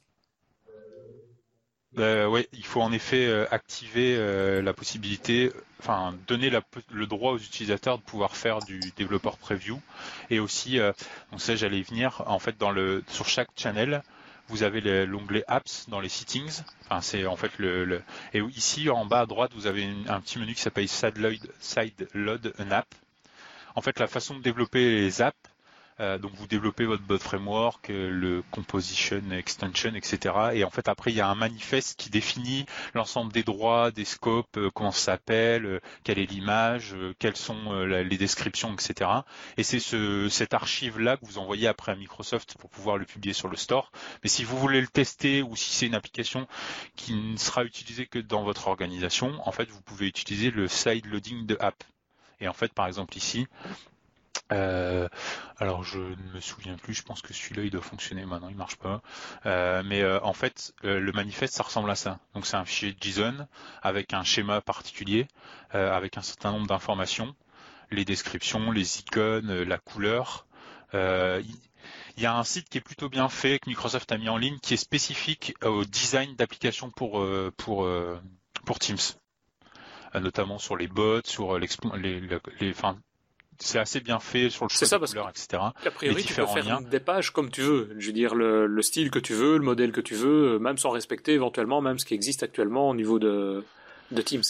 Euh, oui, il faut en effet euh, activer euh, la possibilité, enfin donner la, le droit aux utilisateurs de pouvoir faire du développeur preview et aussi, euh, on sait, j'allais y venir. En fait, dans le sur chaque channel. Vous avez le, l'onglet Apps dans les settings. Enfin, c'est en fait le, le... et ici en bas à droite, vous avez une, un petit menu qui s'appelle Sideload, Sideload an app. En fait, la façon de développer les apps. Euh, donc vous développez votre bot framework, euh, le composition extension, et cetera. Et en fait après il y a un manifeste qui définit l'ensemble des droits, des scopes, euh, comment ça s'appelle, euh, quelle est l'image, euh, quelles sont euh, les descriptions, et cetera. Et c'est ce, cette archive là que vous envoyez après à Microsoft pour pouvoir le publier sur le store. Mais si vous voulez le tester ou si c'est une application qui ne sera utilisée que dans votre organisation, en fait vous pouvez utiliser le side loading de app. Et en fait par exemple ici. Euh, alors je ne me souviens plus, je pense que celui-là il doit fonctionner maintenant, il marche pas. Euh, mais euh, en fait, euh, le manifeste ça ressemble à ça. Donc c'est un fichier JSON avec un schéma particulier, euh, avec un certain nombre d'informations, les descriptions, les icônes, euh, la couleur. Euh, il y a un site qui est plutôt bien fait que Microsoft a mis en ligne, qui est spécifique au design d'applications pour euh, pour euh, pour Teams, euh, notamment sur les bots, sur les les, les, les enfin, c'est assez bien fait sur le choix ça, des couleurs, et cetera. A priori, tu peux faire liens. Des pages comme tu veux. Je veux dire, le, le style que tu veux, le modèle que tu veux, même sans respecter éventuellement même ce qui existe actuellement au niveau de, de Teams.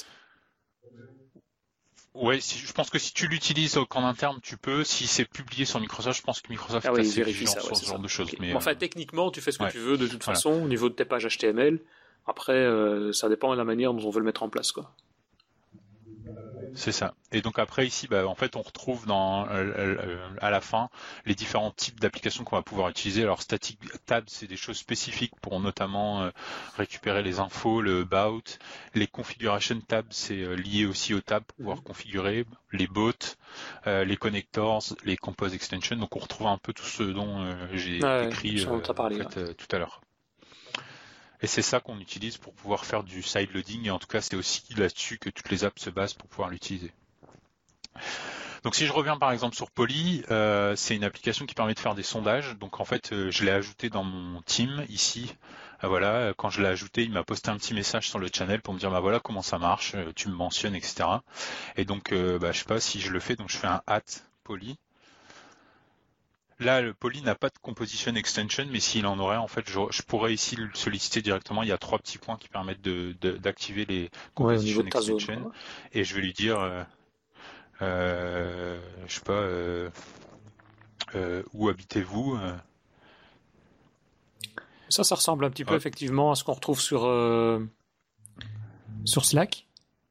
Ouais, si, je pense que si tu l'utilises en interne, tu peux. Si c'est publié sur Microsoft, je pense que Microsoft ah oui, est assez vérifie vigilant ça, ouais, sur ce genre ça. de choses. Okay. Mais bon, enfin, euh... techniquement, tu fais ce que ouais. tu veux de toute voilà. façon au niveau de tes pages H T M L. Après, euh, ça dépend de la manière dont on veut le mettre en place, quoi. C'est ça. Et donc après ici, bah, en fait, on retrouve dans euh, euh, à la fin les différents types d'applications qu'on va pouvoir utiliser. Alors static tab, c'est des choses spécifiques pour notamment euh, récupérer les infos, le about. Les configuration tabs, c'est euh, lié aussi aux tabs pour pouvoir mmh. configurer les bots, euh, les connectors, les compose extensions. Donc on retrouve un peu tout ce dont euh, j'ai ah, écrit ouais, euh, parlé, en fait, ouais. euh, tout à l'heure. Et c'est ça qu'on utilise pour pouvoir faire du side loading. Et en tout cas, c'est aussi là-dessus que toutes les apps se basent pour pouvoir l'utiliser. Donc si je reviens par exemple sur Poly, euh, c'est une application qui permet de faire des sondages. Donc en fait, euh, je l'ai ajouté dans mon team ici. Euh, voilà, quand je l'ai ajouté, il m'a posté un petit message sur le channel pour me dire bah voilà comment ça marche, euh, tu me mentionnes, et cetera. Et donc euh, bah, je sais pas si je le fais, donc je fais un at Poly. Là, le Poly n'a pas de composition extension, mais s'il en aurait, en fait, je, je pourrais ici le solliciter directement. Il y a trois petits points qui permettent de, de, d'activer les composition ouais, extension. Zone, et je vais lui dire, euh, euh, je sais pas, euh, euh, où habitez-vous euh... Ça, ça ressemble un petit peu, ouais. effectivement, à ce qu'on retrouve sur, euh, sur Slack.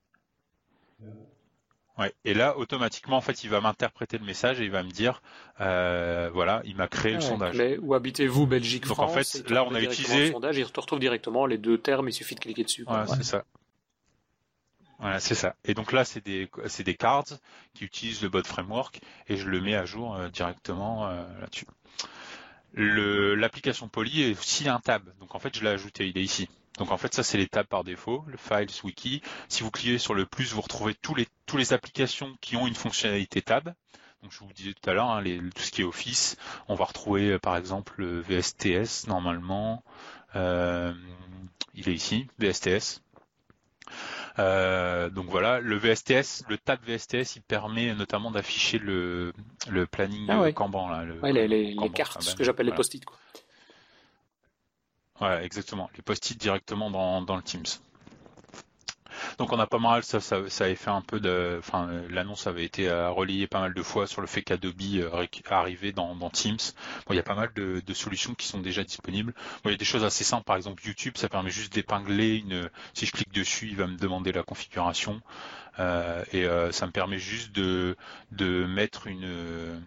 Ouais. Et là, automatiquement, en fait, il va m'interpréter le message et il va me dire, euh, voilà, il m'a créé ouais, le sondage. Mais où habitez-vous, Belgique, Donc, France. En fait, là, on a utilisé le sondage, il te retrouve directement les deux termes, il suffit de cliquer dessus. Ouais, ouais. C'est ça. Voilà, c'est ça. Et donc là, c'est des, c'est des cards qui utilisent le bot framework et je le mets à jour euh, directement euh, là-dessus. Le, l'application Poly est aussi un tab. Donc en fait, je l'ai ajouté, il est ici. Donc en fait, ça, c'est les tabs par défaut, le Files, Wiki. Si vous cliquez sur le plus, vous retrouvez tous les, tous les applications qui ont une fonctionnalité tab. Donc je vous disais tout à l'heure, hein, les, tout ce qui est Office, on va retrouver euh, par exemple le V S T S normalement. Euh, il est ici, V S T S. Euh, donc voilà, le V S T S, le tab V S T S, il permet notamment d'afficher le, le planning ah ouais. Kanban là, le ouais, les, les, Kanban, les cartes, Kanban, ce que j'appelle voilà. les post-it quoi. Voilà, exactement, les post-it directement dans, dans le Teams. Donc on a pas mal, ça, ça, ça avait fait un peu de, enfin l'annonce avait été relayée pas mal de fois sur le fait qu'Adobe arrivait dans, dans Teams. Bon, il y a pas mal de, de solutions qui sont déjà disponibles. Bon, il y a des choses assez simples, par exemple YouTube, ça permet juste d'épingler une. Si je clique dessus, il va me demander la configuration euh, et euh, ça me permet juste de de mettre une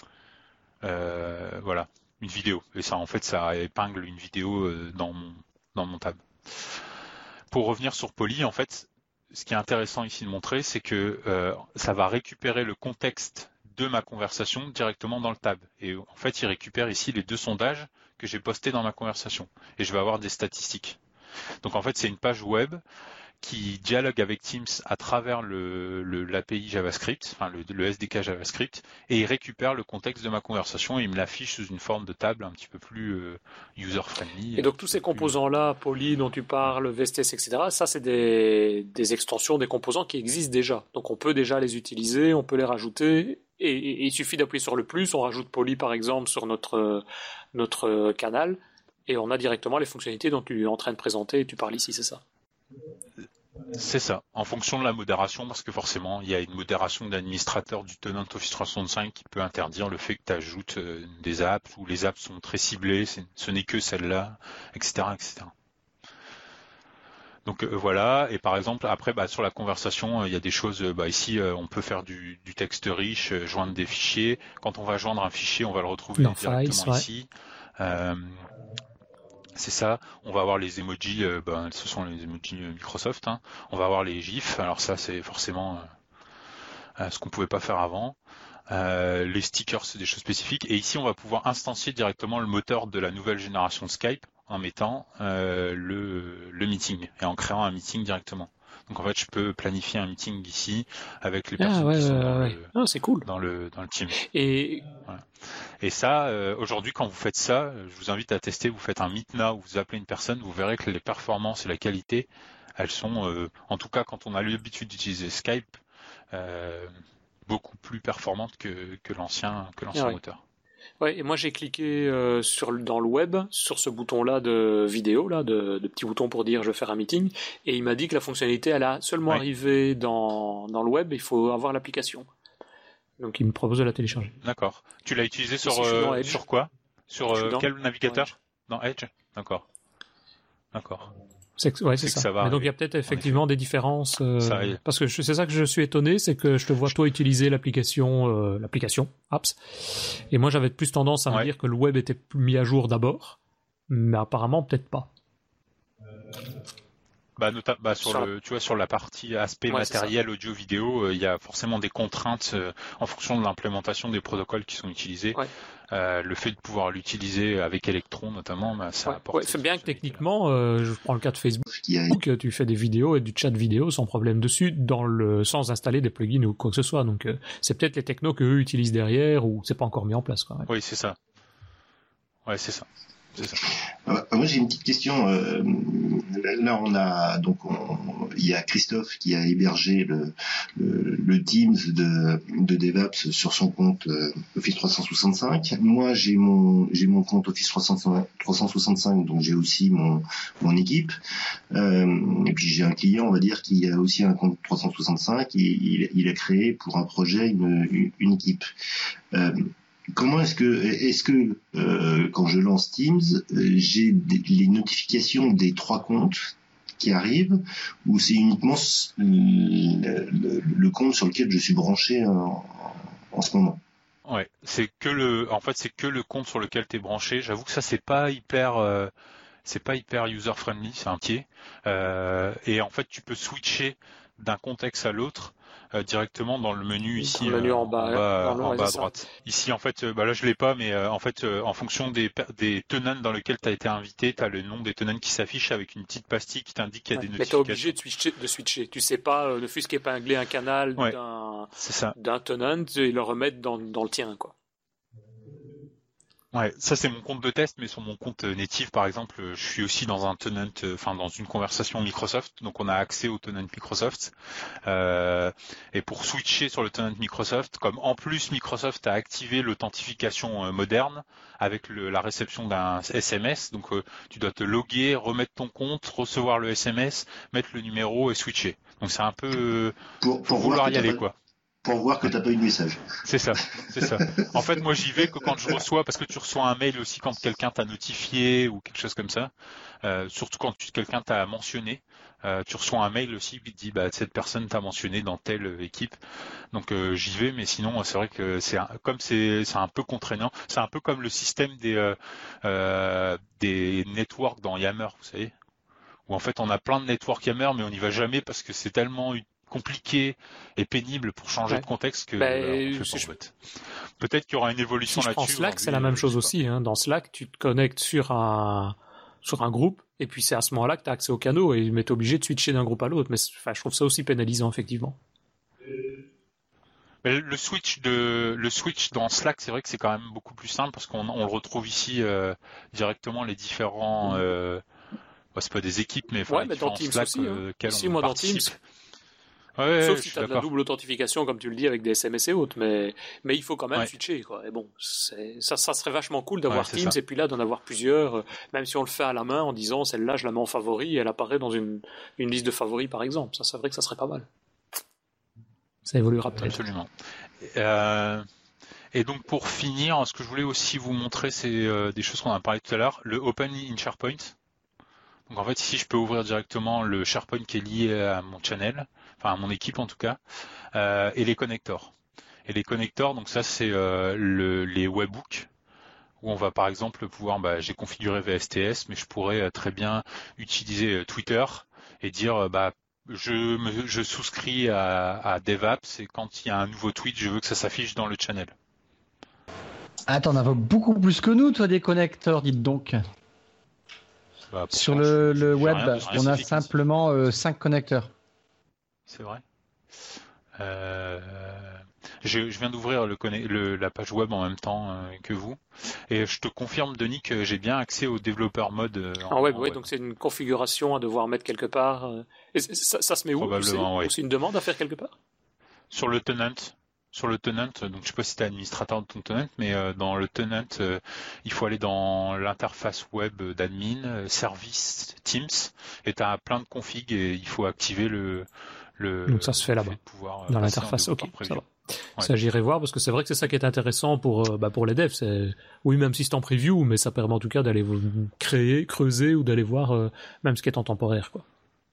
euh, voilà une vidéo. Et ça, en fait, ça épingle une vidéo dans mon dans mon tab. Pour revenir sur Poly, en fait, ce qui est intéressant ici de montrer, c'est que euh, ça va récupérer le contexte de ma conversation directement dans le tab. Et en fait, il récupère ici les deux sondages que j'ai postés dans ma conversation. Et je vais avoir des statistiques. Donc en fait, c'est une page web qui dialogue avec Teams à travers le, le, l'A P I JavaScript, enfin le, le S D K JavaScript, et il récupère le contexte de ma conversation et il me l'affiche sous une forme de table un petit peu plus euh, user-friendly. Et donc tous ces composants-là, Poly dont tu parles, V S T S, et cetera, ça c'est des, des extensions, des composants qui existent déjà. Donc on peut déjà les utiliser, on peut les rajouter, et, et, et il suffit d'appuyer sur le plus, on rajoute Poly par exemple sur notre, notre canal, et on a directement les fonctionnalités dont tu es en train de présenter et tu parles ici, c'est ça? C'est ça, en fonction de la modération, parce que forcément, il y a une modération d'administrateur du tenant Office trois cent soixante-cinq qui peut interdire le fait que tu ajoutes des apps où les apps sont très ciblées, ce n'est que celle-là, et cetera, et cetera. Donc euh, voilà, et par exemple, après, bah, sur la conversation, il y a des choses, bah, ici, euh, on peut faire du, du texte riche, euh, joindre des fichiers. Quand on va joindre un fichier, on va le retrouver Dans directement Files, ouais. ici. Euh, C'est ça, on va avoir les emojis, euh, ben, ce sont les emojis Microsoft, hein. On va avoir les gifs, alors ça c'est forcément euh, ce qu'on pouvait pas faire avant. Euh, les stickers, c'est des choses spécifiques. Et ici, on va pouvoir instancier directement le moteur de la nouvelle génération de Skype en mettant euh, le, le meeting et en créant un meeting directement. Donc en fait, je peux planifier un meeting ici avec les personnes ah, ouais, qui sont ouais, dans, ouais. le, ah, c'est cool. dans le dans le team. Et voilà. Et ça, euh, aujourd'hui, quand vous faites ça, je vous invite à tester. Vous faites un Meet Now où vous appelez une personne, vous verrez que les performances et la qualité, elles sont, euh, en tout cas, quand on a l'habitude d'utiliser Skype, euh, beaucoup plus performantes que, que l'ancien que l'ancien ah, ouais. moteur. Ouais, et moi j'ai cliqué euh, sur dans le web sur ce bouton-là de vidéo, là, de, de petit bouton pour dire je veux faire un meeting, et il m'a dit que la fonctionnalité elle a seulement ouais. arrivé dans dans le web, il faut avoir l'application. Donc il me propose de la télécharger. D'accord. Tu l'as utilisé sur si euh, sur quoi? Sur euh, dans, quel navigateur? Dans Edge. Dans Edge. D'accord. D'accord. C'est que, ouais, c'est, c'est ça. ça mais donc il y a peut-être effectivement des différences euh, ça, parce que je, c'est ça que je suis étonné, c'est que je te vois toi utiliser l'application, euh, l'application Apps, et moi j'avais plus tendance à ouais. me dire que le web était mis à jour d'abord, mais apparemment peut-être pas. Bah, nota- bah sur, sur le, la... tu vois, sur la partie aspect ouais, matériel audio-vidéo, il euh, y a forcément des contraintes euh, en fonction de l'implémentation des protocoles qui sont utilisés. Ouais. Euh, le fait de pouvoir l'utiliser avec Electron notamment, bah, ça ouais. apporte. Ouais, c'est bien que techniquement, euh, je prends le cas de Facebook, a... tu fais des vidéos et du chat vidéo sans problème dessus, dans le sans installer des plugins ou quoi que ce soit. Donc euh, c'est peut-être les technos que eux utilisent derrière ou c'est pas encore mis en place. Quoi, ouais. Oui, c'est ça. Ouais, c'est ça. C'est ça. Euh, moi j'ai une petite question. Euh, là on a donc on, il y a Christophe qui a hébergé le, le, le Teams de, de DevApps sur son compte euh, Office trois cent soixante-cinq. Moi j'ai mon j'ai mon compte Office trois cent soixante-cinq, donc j'ai aussi mon mon équipe. Euh, et puis j'ai un client, on va dire, qui a aussi un compte trois cent soixante-cinq. Et il, il a créé pour un projet une, une, une équipe. Euh, Comment est-ce que, est-ce que euh, quand je lance Teams, euh, j'ai des, les notifications des trois comptes qui arrivent, ou c'est uniquement le, le, le compte sur lequel je suis branché en, en ce moment? Ouais, c'est que le, en fait, c'est que le compte sur lequel tu es branché. J'avoue que ça c'est pas hyper, euh, c'est pas hyper user friendly, c'est un pied. Euh, et en fait, tu peux switcher d'un contexte à l'autre euh, directement dans le menu ici dans le menu euh, en bas, en bas, le, en ouais, bas à ça. droite. Ici en fait, euh, bah là je l'ai pas, mais euh, en fait euh, en fonction des, des tenants dans lesquels tu as été invité, tu as le nom des tenants qui s'affiche avec une petite pastille qui t'indique qu'il y a Ouais. des Mais t'es obligé notifications. de switcher, de switcher. Tu sais pas, euh, ne fût-ce qu'épingler un canal Ouais, d'un, c'est ça. d'un tenant et le remettre dans, dans le tien, quoi. Ouais, ça c'est mon compte de test, mais sur mon compte native par exemple, je suis aussi dans un tenant, enfin dans une conversation Microsoft, donc on a accès au tenant Microsoft. Euh, et pour switcher sur le tenant Microsoft, comme en plus Microsoft a activé l'authentification euh, moderne avec le, la réception d'un S M S, donc euh, tu dois te loguer, remettre ton compte, recevoir le S M S, mettre le numéro et switcher. Donc c'est un peu euh, Pour, faut pour voir vouloir que y t'as aller pas, quoi. pour voir que t'as pas eu de message. C'est ça, c'est ça. En fait, moi, j'y vais que quand je reçois, parce que tu reçois un mail aussi quand quelqu'un t'a notifié ou quelque chose comme ça. Euh, surtout quand tu, quelqu'un t'a mentionné, euh, tu reçois un mail aussi qui te dit, bah, cette personne t'a mentionné dans telle équipe. Donc euh, j'y vais, mais sinon, c'est vrai que c'est un, comme c'est, c'est un peu contraignant. C'est un peu comme le système des euh, euh, des networks dans Yammer, vous savez, où en fait on a plein de network Yammer, mais on n'y va jamais parce que c'est tellement compliqué et pénible pour changer Ouais. de contexte que Ben, voilà, on le fait si pas je- en fait. Peut-être qu'il y aura une évolution Si je prends là-dessus. Slack, c'est aujourd'hui, la même euh, chose je sais pas. aussi, hein. Dans Slack, tu te connectes sur un, sur un groupe, et puis c'est à ce moment-là que tu as accès aux canaux, et mais t'es obligé de switcher d'un groupe à l'autre. Mais c'est- enfin, je trouve ça aussi pénalisant, effectivement. Mais le switch de le switch dans Slack, c'est vrai que c'est quand même beaucoup plus simple parce qu'on on le retrouve ici euh, directement les différents. Euh, bah, c'est pas des équipes, mais enfin Ouais, les mais dans différents Teams Slack aussi, hein. euh, auxquels Ici, on moi, dans Teams, participe. Ouais, ouais, sauf je si suis tu as de la d'accord. double authentification, comme tu le dis, avec des S M S et autres, mais, mais il faut quand même Ouais. switcher, quoi. Et bon, c'est, ça, ça serait vachement cool Ouais, d'avoir c'est Teams, ça. et puis là, d'en avoir plusieurs, euh, même si on le fait à la main, en disant, celle-là, je la mets en favori, et elle apparaît dans une, une liste de favoris, par exemple. Ça, c'est vrai que ça serait pas mal. Ça évoluera peut-être. Absolument. Euh, et donc pour finir, ce que je voulais aussi vous montrer, c'est euh, des choses qu'on a parlé tout à l'heure, le Open in SharePoint. Donc en fait ici je peux ouvrir directement le SharePoint qui est lié à mon channel, enfin à mon équipe en tout cas, euh, et les connectors. Et les connectors, donc ça c'est euh, le, les webhooks où on va par exemple pouvoir, bah, j'ai configuré V S T S, mais je pourrais euh, très bien utiliser euh, Twitter et dire euh, bah je, me, je souscris à, à DevApps et quand il y a un nouveau tweet, je veux que ça s'affiche dans le channel. Ah, t'en as beaucoup plus que nous, toi, des connecteurs, dites donc. Bah, Sur pourtant, le, je- le j'ai web, rien de on a spécifique ici. simplement euh, cinq connecteurs. C'est vrai. Euh, je, je viens d'ouvrir le, conne- le- la page web en même temps euh, que vous et je te confirme, Denis, que j'ai bien accès au développeur mode euh, en, En web, en ouais, web. donc c'est une configuration à devoir mettre quelque part. euh. Et c'est- ça, ça se met où, tu sais? Probablement, oui. Ou c'est une demande à faire quelque part? Sur le tenant, sur le tenant, donc je sais pas si tu es administrateur de ton tenant, mais euh, dans le tenant, euh, il faut aller dans l'interface web d'admin, euh, service, Teams, et tu as plein de configs et il faut activer le, le, Donc ça se fait le là-bas, fait de pouvoir euh, dans passer en l'interface. Ok, développeur ça preview. va. Ouais. Ça, j'irai voir parce que c'est vrai que c'est ça qui est intéressant pour, euh, bah, pour les devs. C'est, oui, même si c'est en preview, mais ça permet en tout cas d'aller vous créer, creuser ou d'aller voir euh, même ce qui est en temporaire, quoi.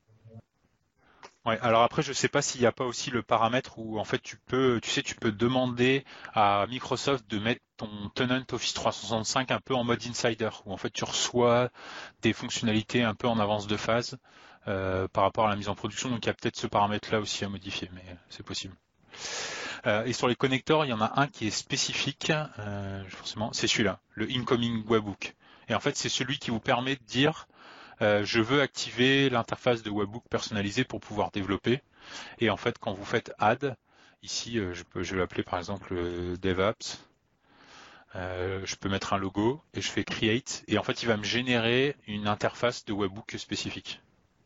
Ouais, alors après, je sais pas s'il n'y a pas aussi le paramètre où en fait tu peux, tu sais, tu peux demander à Microsoft de mettre ton tenant Office trois cent soixante-cinq un peu en mode insider, où en fait tu reçois des fonctionnalités un peu en avance de phase euh, par rapport à la mise en production. Donc il y a peut-être ce paramètre-là aussi à modifier, mais c'est possible. Euh, et sur les connecteurs, il y en a un qui est spécifique, euh, forcément, c'est celui-là, le Incoming Webhook. Et en fait, c'est celui qui vous permet de dire Euh, je veux activer l'interface de webhook personnalisée pour pouvoir développer. Et en fait, quand vous faites add, ici, euh, je peux, je vais l'appeler par exemple euh, DevApps. Euh, je peux mettre un logo et je fais create. Et en fait, il va me générer une interface de webhook spécifique.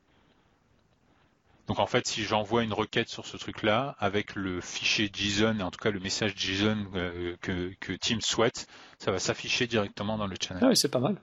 Donc en fait, si j'envoie une requête sur ce truc-là avec le fichier JSON et en tout cas le message JSON euh, que, que Teams souhaite, ça va s'afficher directement dans le channel. Ah oui, c'est pas mal.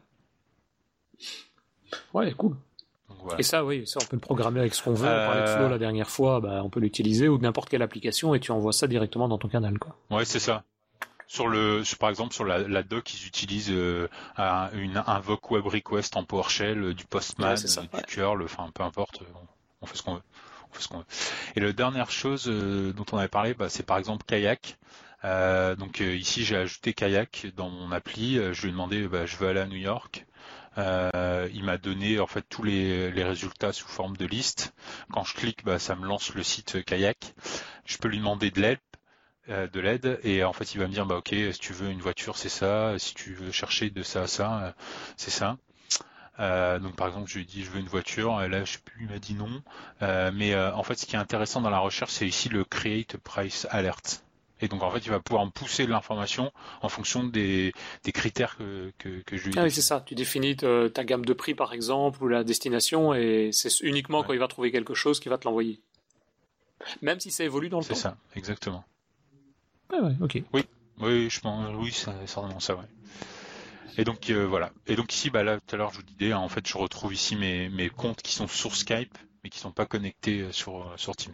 Ouais, cool. Donc, voilà. Et ça, oui, ça on peut le programmer avec ce qu'on veut. On parlait de Euh, Flow la dernière fois, bah, on peut l'utiliser ou de n'importe quelle application et tu envoies ça directement dans ton canal, quoi. Ouais, c'est ça. Sur le, sur- par exemple, sur la, la doc, ils utilisent euh, un, une invoke web request en PowerShell, euh, du Postman, Ouais, c'est ça, euh, du ouais. curl, enfin peu importe, euh, on, on fait ce qu'on veut. On fait ce qu'on veut. Et la dernière chose euh, dont on avait parlé, bah, c'est par exemple Kayak. Euh, donc euh, ici, j'ai ajouté Kayak dans mon appli. Euh, je lui ai demandé, bah, je veux aller à New York. Euh, il m'a donné en fait tous les, les résultats sous forme de liste. Quand je clique, bah, ça me lance le site Kayak. Je peux lui demander de l'aide, euh, de l'aide, et en fait il va me dire bah ok, si tu veux une voiture c'est ça, si tu veux chercher de ça à ça, euh, c'est ça. Euh, donc par exemple je lui dis je veux une voiture, et là je sais plus, il m'a dit non. Euh, mais euh, en fait ce qui est intéressant dans la recherche c'est ici le Create Price Alert. Et donc en fait il va pouvoir me pousser l'information en fonction des, des critères que, que, que je lui ai. Ah oui, c'est ça. Tu définis ta, ta gamme de prix par exemple ou la destination et c'est uniquement ouais. quand il va trouver quelque chose qu'il va te l'envoyer. Même si ça évolue dans le c'est temps. C'est ça, exactement. Ah ouais, ok. Oui, oui, je pense, oui, c'est certainement ça, ouais. Et donc euh, voilà. Et donc ici, bah là, tout à l'heure, je vous disais, hein, en fait, je retrouve ici mes, mes comptes qui sont sur Skype, mais qui sont pas connectés sur sur Teams.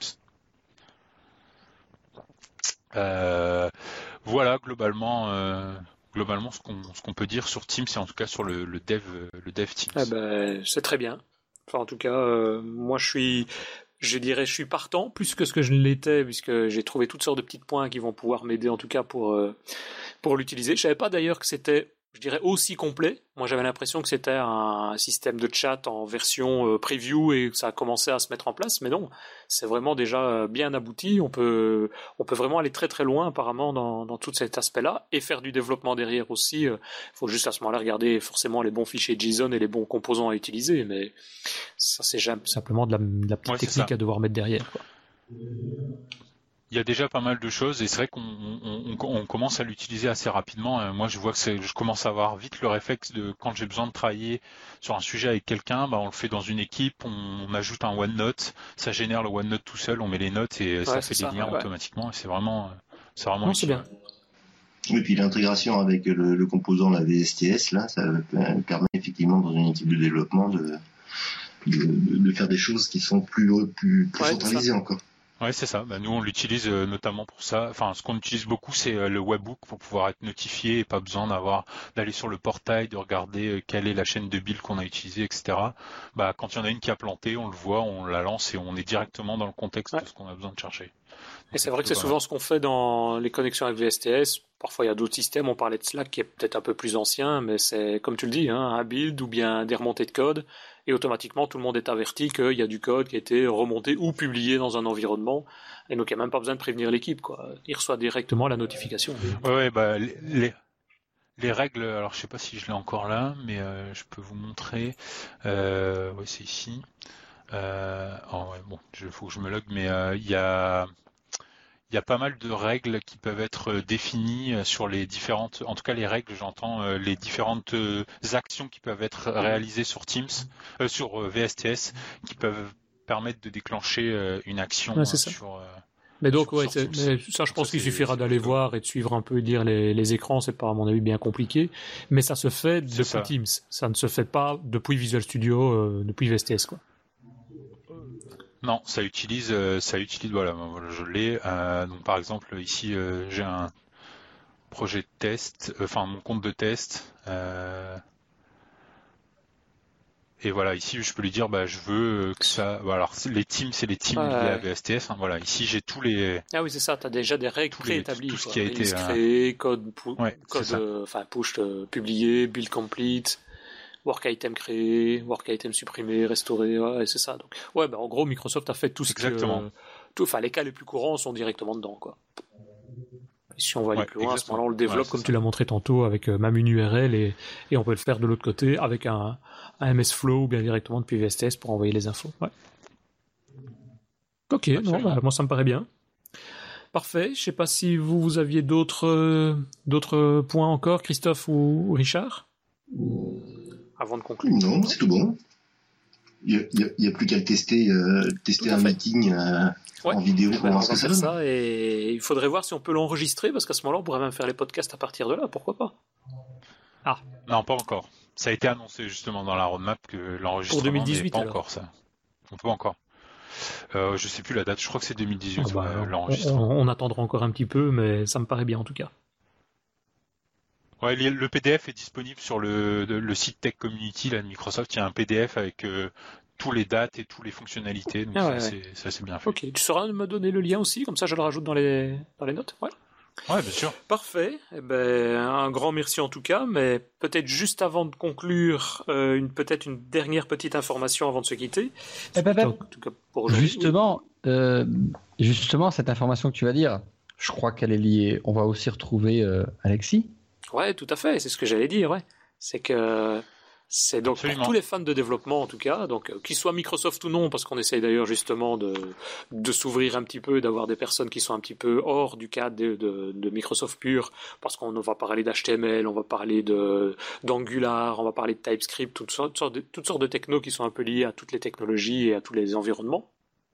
Euh, voilà, globalement, euh, globalement, ce qu'on ce qu'on peut dire sur Teams, et en tout cas sur le, le dev le dev Teams. Ah ben, c'est très bien. Enfin, en tout cas, euh, moi, je suis, je dirais, je suis partant plus que ce que je ne l'étais, puisque j'ai trouvé toutes sortes de petits points qui vont pouvoir m'aider, en tout cas, pour euh, pour l'utiliser. Je savais pas d'ailleurs que c'était, je dirais, aussi complet. Moi, j'avais l'impression que c'était un système de chat en version euh, preview et que ça a commencé à se mettre en place, mais non, c'est vraiment déjà bien abouti. On peut, on peut vraiment aller très très loin apparemment dans, dans tout cet aspect-là et faire du développement derrière aussi. Il faut juste à ce moment-là regarder forcément les bons fichiers JSON et les bons composants à utiliser, mais ça c'est simplement de la, de la petite ouais, technique à devoir mettre derrière, quoi. Il y a déjà pas mal de choses et c'est vrai qu'on on, on, on commence à l'utiliser assez rapidement. Moi, je vois que c'est, je commence à avoir vite le réflexe de quand j'ai besoin de travailler sur un sujet avec quelqu'un, bah on le fait dans une équipe, on, on ajoute un OneNote, ça génère le OneNote tout seul, on met les notes et ouais, ça fait ça, des liens ouais, automatiquement. Et c'est vraiment, c'est vraiment non, c'est bien. Oui, puis l'intégration avec le, le composant la V S T S, là, ça permet effectivement dans une équipe de développement de de, de faire des choses qui sont plus plus, plus ouais, centralisées encore. Ouais, c'est ça. Bah, nous, on l'utilise euh, notamment pour ça. Enfin, ce qu'on utilise beaucoup, c'est euh, le webhook pour pouvoir être notifié et pas besoin d'avoir d'aller sur le portail, de regarder euh, quelle est la chaîne de build qu'on a utilisée, et cetera. Bah, quand il y en a une qui a planté, on le voit, on la lance et on est directement dans le contexte ouais. de ce qu'on a besoin de chercher. Donc, et c'est, c'est vrai que c'est souvent ce qu'on fait dans les connexions avec V S T S. Parfois, il y a d'autres systèmes. On parlait de Slack qui est peut-être un peu plus ancien, mais c'est, comme tu le dis, hein, un build ou bien des remontées de code. Et automatiquement, tout le monde est averti qu'il y a du code qui a été remonté ou publié dans un environnement. Et donc, il n'y a même pas besoin de prévenir l'équipe, quoi. Il reçoit directement la notification. Ouais, ouais bah, les, les règles, alors je sais pas si je l'ai encore là, mais euh, je peux vous montrer. Euh, ouais, c'est ici. Euh, oh, ouais, bon, il faut que je me log, mais euh, il y a... Il y a pas mal de règles qui peuvent être définies sur les différentes, en tout cas les règles, j'entends les différentes actions qui peuvent être réalisées sur Teams, euh, sur V S T S, qui peuvent permettre de déclencher une action ouais, sur. Mais donc, sur, ouais, sur mais ça, je pense ça, qu'il suffira d'aller c'est... voir et de suivre un peu et dire les, les écrans. C'est pas, à mon avis, bien compliqué. Mais ça se fait depuis ça. Teams. Ça ne se fait pas depuis Visual Studio, euh, depuis V S T S, quoi. Non, ça utilise, ça utilise, voilà, je l'ai. Euh, donc par exemple ici, euh, j'ai un projet de test, euh, enfin mon compte de test. Euh, et voilà, ici je peux lui dire, bah je veux que ça. Bah, alors les teams, c'est les teams ah, liés à V S T S. Hein, voilà, ici j'ai tous les. Ah oui, c'est ça. T'as déjà des règles préétablies. Tout, tout ce quoi. qui a été créé, code, pu- ouais, code, enfin push euh, publié, build complete. Work item créé, work item supprimé, restauré, ouais, c'est ça. Donc, ouais, bah, en gros, Microsoft a fait tout ce exactement. que, tout, enfin, les cas les plus courants sont directement dedans, quoi. Et si on va aller ouais, plus loin, exactement. à ce moment-là, on le développe ouais, comme ça. tu l'as montré tantôt avec euh, même une U R L et, et on peut le faire de l'autre côté avec un, un M S Flow ou bien directement depuis V S T S pour envoyer les infos. Ouais. Ok, non, bah, moi ça me paraît bien. Parfait. Je sais pas si vous, vous aviez d'autres, euh, d'autres points encore, Christophe ou, ou Richard? Avant de conclure. Non, c'est tout bon. Il n'y a, a, a plus qu'à le tester, euh, tester un meeting euh, ouais. en vidéo pour voir ce que ça donne. Ça et il faudrait voir si on peut l'enregistrer parce qu'à ce moment-là, on pourrait même faire les podcasts à partir de là. Pourquoi pas? Ah. Non, pas encore. Ça a été annoncé justement dans la roadmap que l'enregistrement pour deux mille dix-huit, n'est pas alors. Encore ça. On peut encore. Euh, je sais plus la date. Je crois que c'est deux mille dix-huit ah bah, euh, l'enregistrement. On, on attendra encore un petit peu, mais ça me paraît bien en tout cas. Ouais, le P D F est disponible sur le, le site Tech Community là, de Microsoft. Il y a un P D F avec euh, tous les dates et toutes les fonctionnalités. Donc ah ouais, ça, ouais. C'est, ça, c'est bien fait. Ok, tu sauras me donner le lien aussi, comme ça je le rajoute dans les, dans les notes. Ouais. Ouais, bien sûr. Parfait. Eh ben, un grand merci en tout cas, mais peut-être juste avant de conclure, euh, une, peut-être une dernière petite information avant de se quitter. Eh ben, ben, En tout cas, pour aujourd'hui. justement, euh, justement, cette information que tu vas dire, je crois qu'elle est liée. On va aussi retrouver euh, Alexis. Ouais, tout à fait. C'est ce que j'allais dire. Ouais, c'est que c'est donc Absolument. pour tous les fans de développement en tout cas, donc euh, qu'ils soient Microsoft ou non, parce qu'on essaye d'ailleurs justement de de s'ouvrir un petit peu, et d'avoir des personnes qui sont un petit peu hors du cadre de, de, de Microsoft pur, parce qu'on va parler d'H T M L, on va parler de d'Angular, on va parler de TypeScript, toutes sortes de, toutes sortes de technos qui sont un peu liés à toutes les technologies et à tous les environnements.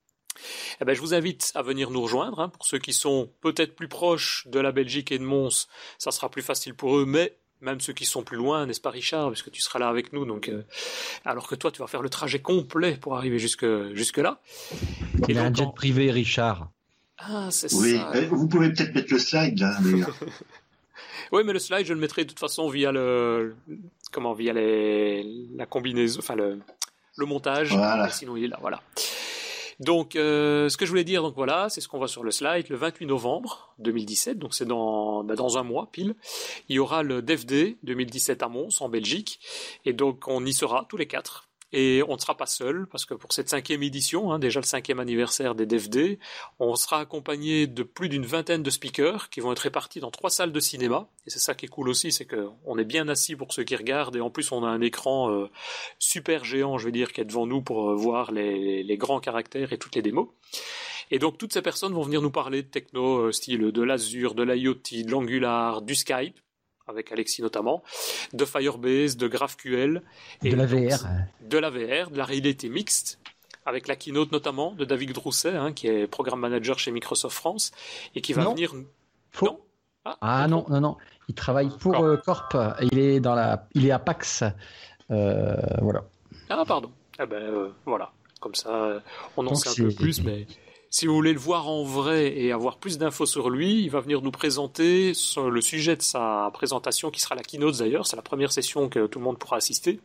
Eh ben, je vous invite à venir nous rejoindre. Hein, pour ceux qui sont peut-être plus proches de la Belgique et de Mons, ça sera plus facile pour eux, mais même ceux qui sont plus loin, n'est-ce pas Richard, puisque tu seras là avec nous, donc euh, alors que toi tu vas faire le trajet complet pour arriver jusque jusque là. Il a un jet en... privé, Richard. Ah, c'est oui, ça. Oui, vous pouvez peut-être mettre le slide là, d'ailleurs. Oui, mais le slide, je le mettrai de toute façon via le comment via les la combinaison, enfin le le montage. Voilà. Sinon il est là, voilà. Donc, euh, ce que je voulais dire, donc voilà, c'est ce qu'on voit sur le slide, le vingt-huit novembre deux mille dix-sept, donc c'est dans, bah, dans un mois pile, il y aura le Dev Day deux mille dix-sept à Mons, en Belgique, et donc on y sera tous les quatre. Et on ne sera pas seul, parce que pour cette cinquième édition, hein, déjà le cinquième anniversaire des Dev Day, on sera accompagné de plus d'une vingtaine de speakers qui vont être répartis dans trois salles de cinéma. Et c'est ça qui est cool aussi, c'est qu'on est bien assis pour ceux qui regardent, et en plus on a un écran euh, super géant, je veux dire, qui est devant nous pour euh, voir les, les grands caractères et toutes les démos. Et donc toutes ces personnes vont venir nous parler de techno, euh, style de l'Azure, de l'IoT, de l'Angular, du Skype, avec Alexis notamment, de Firebase, de GraphQL. Et de la V R. De la V R, de la réalité mixte, avec la keynote notamment de David Drousset, hein, qui est programme manager chez Microsoft France, et qui va non. venir... Faux. Non ah, ah non, non, non. Il travaille pour Corp. Euh, Corp. Il est, dans la... Il est à PAX. Euh, voilà. Ah, pardon. Eh ben, euh, voilà. Comme ça, on en Donc sait un peu plus, mais... Si vous voulez le voir en vrai et avoir plus d'infos sur lui, il va venir nous présenter sur le sujet de sa présentation, qui sera la keynote d'ailleurs, c'est la première session que tout le monde pourra assister.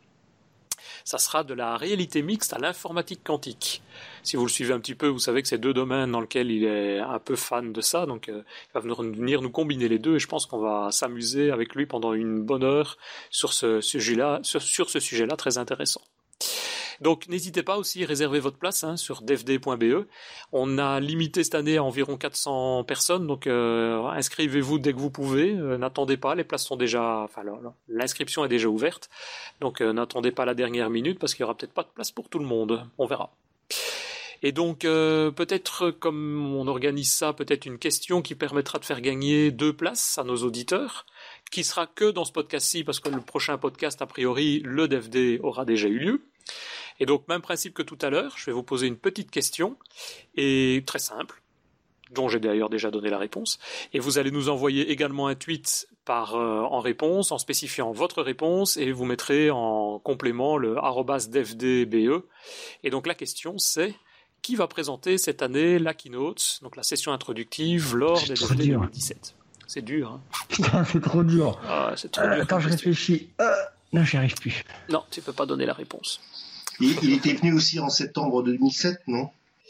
Ça sera de la réalité mixte à l'informatique quantique. Si vous le suivez un petit peu, vous savez que c'est deux domaines dans lesquels il est un peu fan de ça, donc euh, il va venir nous combiner les deux, et je pense qu'on va s'amuser avec lui pendant une bonne heure sur ce sujet-là, sur, sur ce sujet-là très intéressant. Donc n'hésitez pas aussi à réserver votre place hein, sur devd point b e. On a limité cette année à environ quatre cents personnes, donc euh, inscrivez-vous dès que vous pouvez. Euh, n'attendez pas, les places sont déjà, enfin l'inscription est déjà ouverte, donc euh, n'attendez pas la dernière minute parce qu'il y aura peut-être pas de place pour tout le monde. On verra. Et donc euh, peut-être comme on organise ça, peut-être une question qui permettra de faire gagner deux places à nos auditeurs, qui sera que dans ce podcast-ci parce que le prochain podcast a priori le Dev Day aura déjà eu lieu. Et donc, même principe que tout à l'heure, je vais vous poser une petite question, et très simple, dont j'ai d'ailleurs déjà donné la réponse, et vous allez nous envoyer également un tweet par, euh, en réponse, en spécifiant votre réponse, et vous mettrez en complément le arobase devdbe. Et donc la question c'est, qui va présenter cette année la keynote, donc la session introductive lors des Dev Day deux mille dix-sept. C'est dur, hein. Putain, c'est trop dur. Ah, c'est trop euh, dur. Attends, je réfléchis. Euh, non, j'y arrive plus. Non, tu peux pas donner la réponse. Il, il était venu aussi en septembre deux mille sept, non?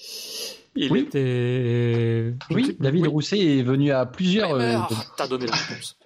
Il oui. était... Oui, David oui. Rousset est venu à plusieurs... Ouais, mais, euh, ah, t'as donné la réponse.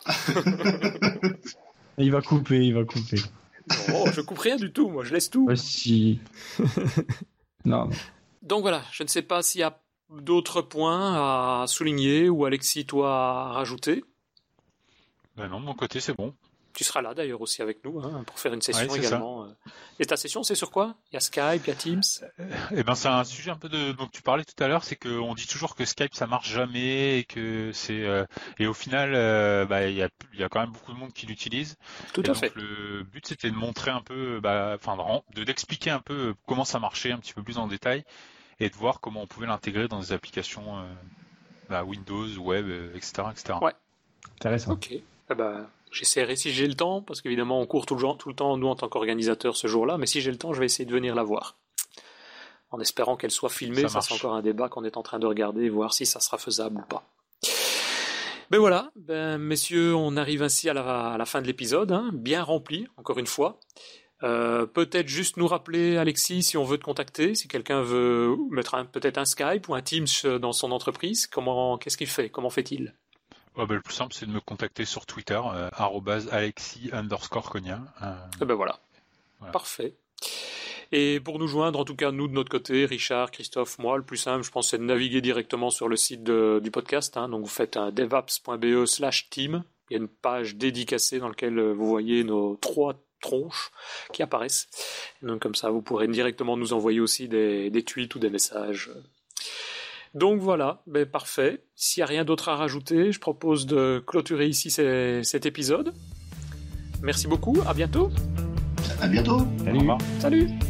Il va couper, il va couper. Non, je coupe rien du tout, moi, je laisse tout. Bah, si. non, non. Donc voilà, je ne sais pas s'il y a d'autres points à souligner ou Alexis, toi, à rajouter. Ben non, de mon côté, c'est bon. Tu seras là d'ailleurs aussi avec nous hein, pour faire une session ouais, également. Ça. Et ta session, c'est sur quoi? Il y a Skype, il y a Teams? Eh ben, c'est un sujet un peu de dont tu parlais tout à l'heure, c'est qu'on dit toujours que Skype ça marche jamais et que c'est euh... et au final, euh, bah, il y a il y a quand même beaucoup de monde qui l'utilise. Tout et à donc, fait. Le but c'était de montrer un peu, bah, enfin, de d'expliquer un peu comment ça marchait un petit peu plus en détail et de voir comment on pouvait l'intégrer dans des applications euh, bah, Windows, Web, et cetera, et cetera. Ouais. Intéressant. Ok. Eh ben, j'essaierai si j'ai le temps, parce qu'évidemment on court tout le, genre, tout le temps, nous en tant qu'organisateurs ce jour-là, mais si j'ai le temps, je vais essayer de venir la voir. En espérant qu'elle soit filmée, ça, ça c'est encore un débat qu'on est en train de regarder et voir si ça sera faisable ou pas. Ben voilà, ben, messieurs, on arrive ainsi à la, à la fin de l'épisode, hein, bien rempli, encore une fois. Euh, peut-être juste nous rappeler, Alexis, si on veut te contacter, si quelqu'un veut mettre un, peut-être un Skype ou un Teams dans son entreprise, comment, qu'est-ce qu'il fait? Comment fait-il? Oh, bah, le plus simple, c'est de me contacter sur Twitter, euh, arobase alexis underscore cogna. Euh, Et ben voilà. voilà. Parfait. Et pour nous joindre, en tout cas, nous de notre côté, Richard, Christophe, moi, le plus simple, je pense, c'est de naviguer directement sur le site de, du podcast. Hein. Donc, vous faites un devapps.be slash team. Il y a une page dédicacée dans laquelle vous voyez nos trois tronches qui apparaissent. Et donc, comme ça, vous pourrez directement nous envoyer aussi des, des tweets ou des messages. Donc voilà, ben parfait. S'il n'y a rien d'autre à rajouter, je propose de clôturer ici ces, cet épisode. Merci beaucoup, à bientôt. À bientôt. Salut. Salut.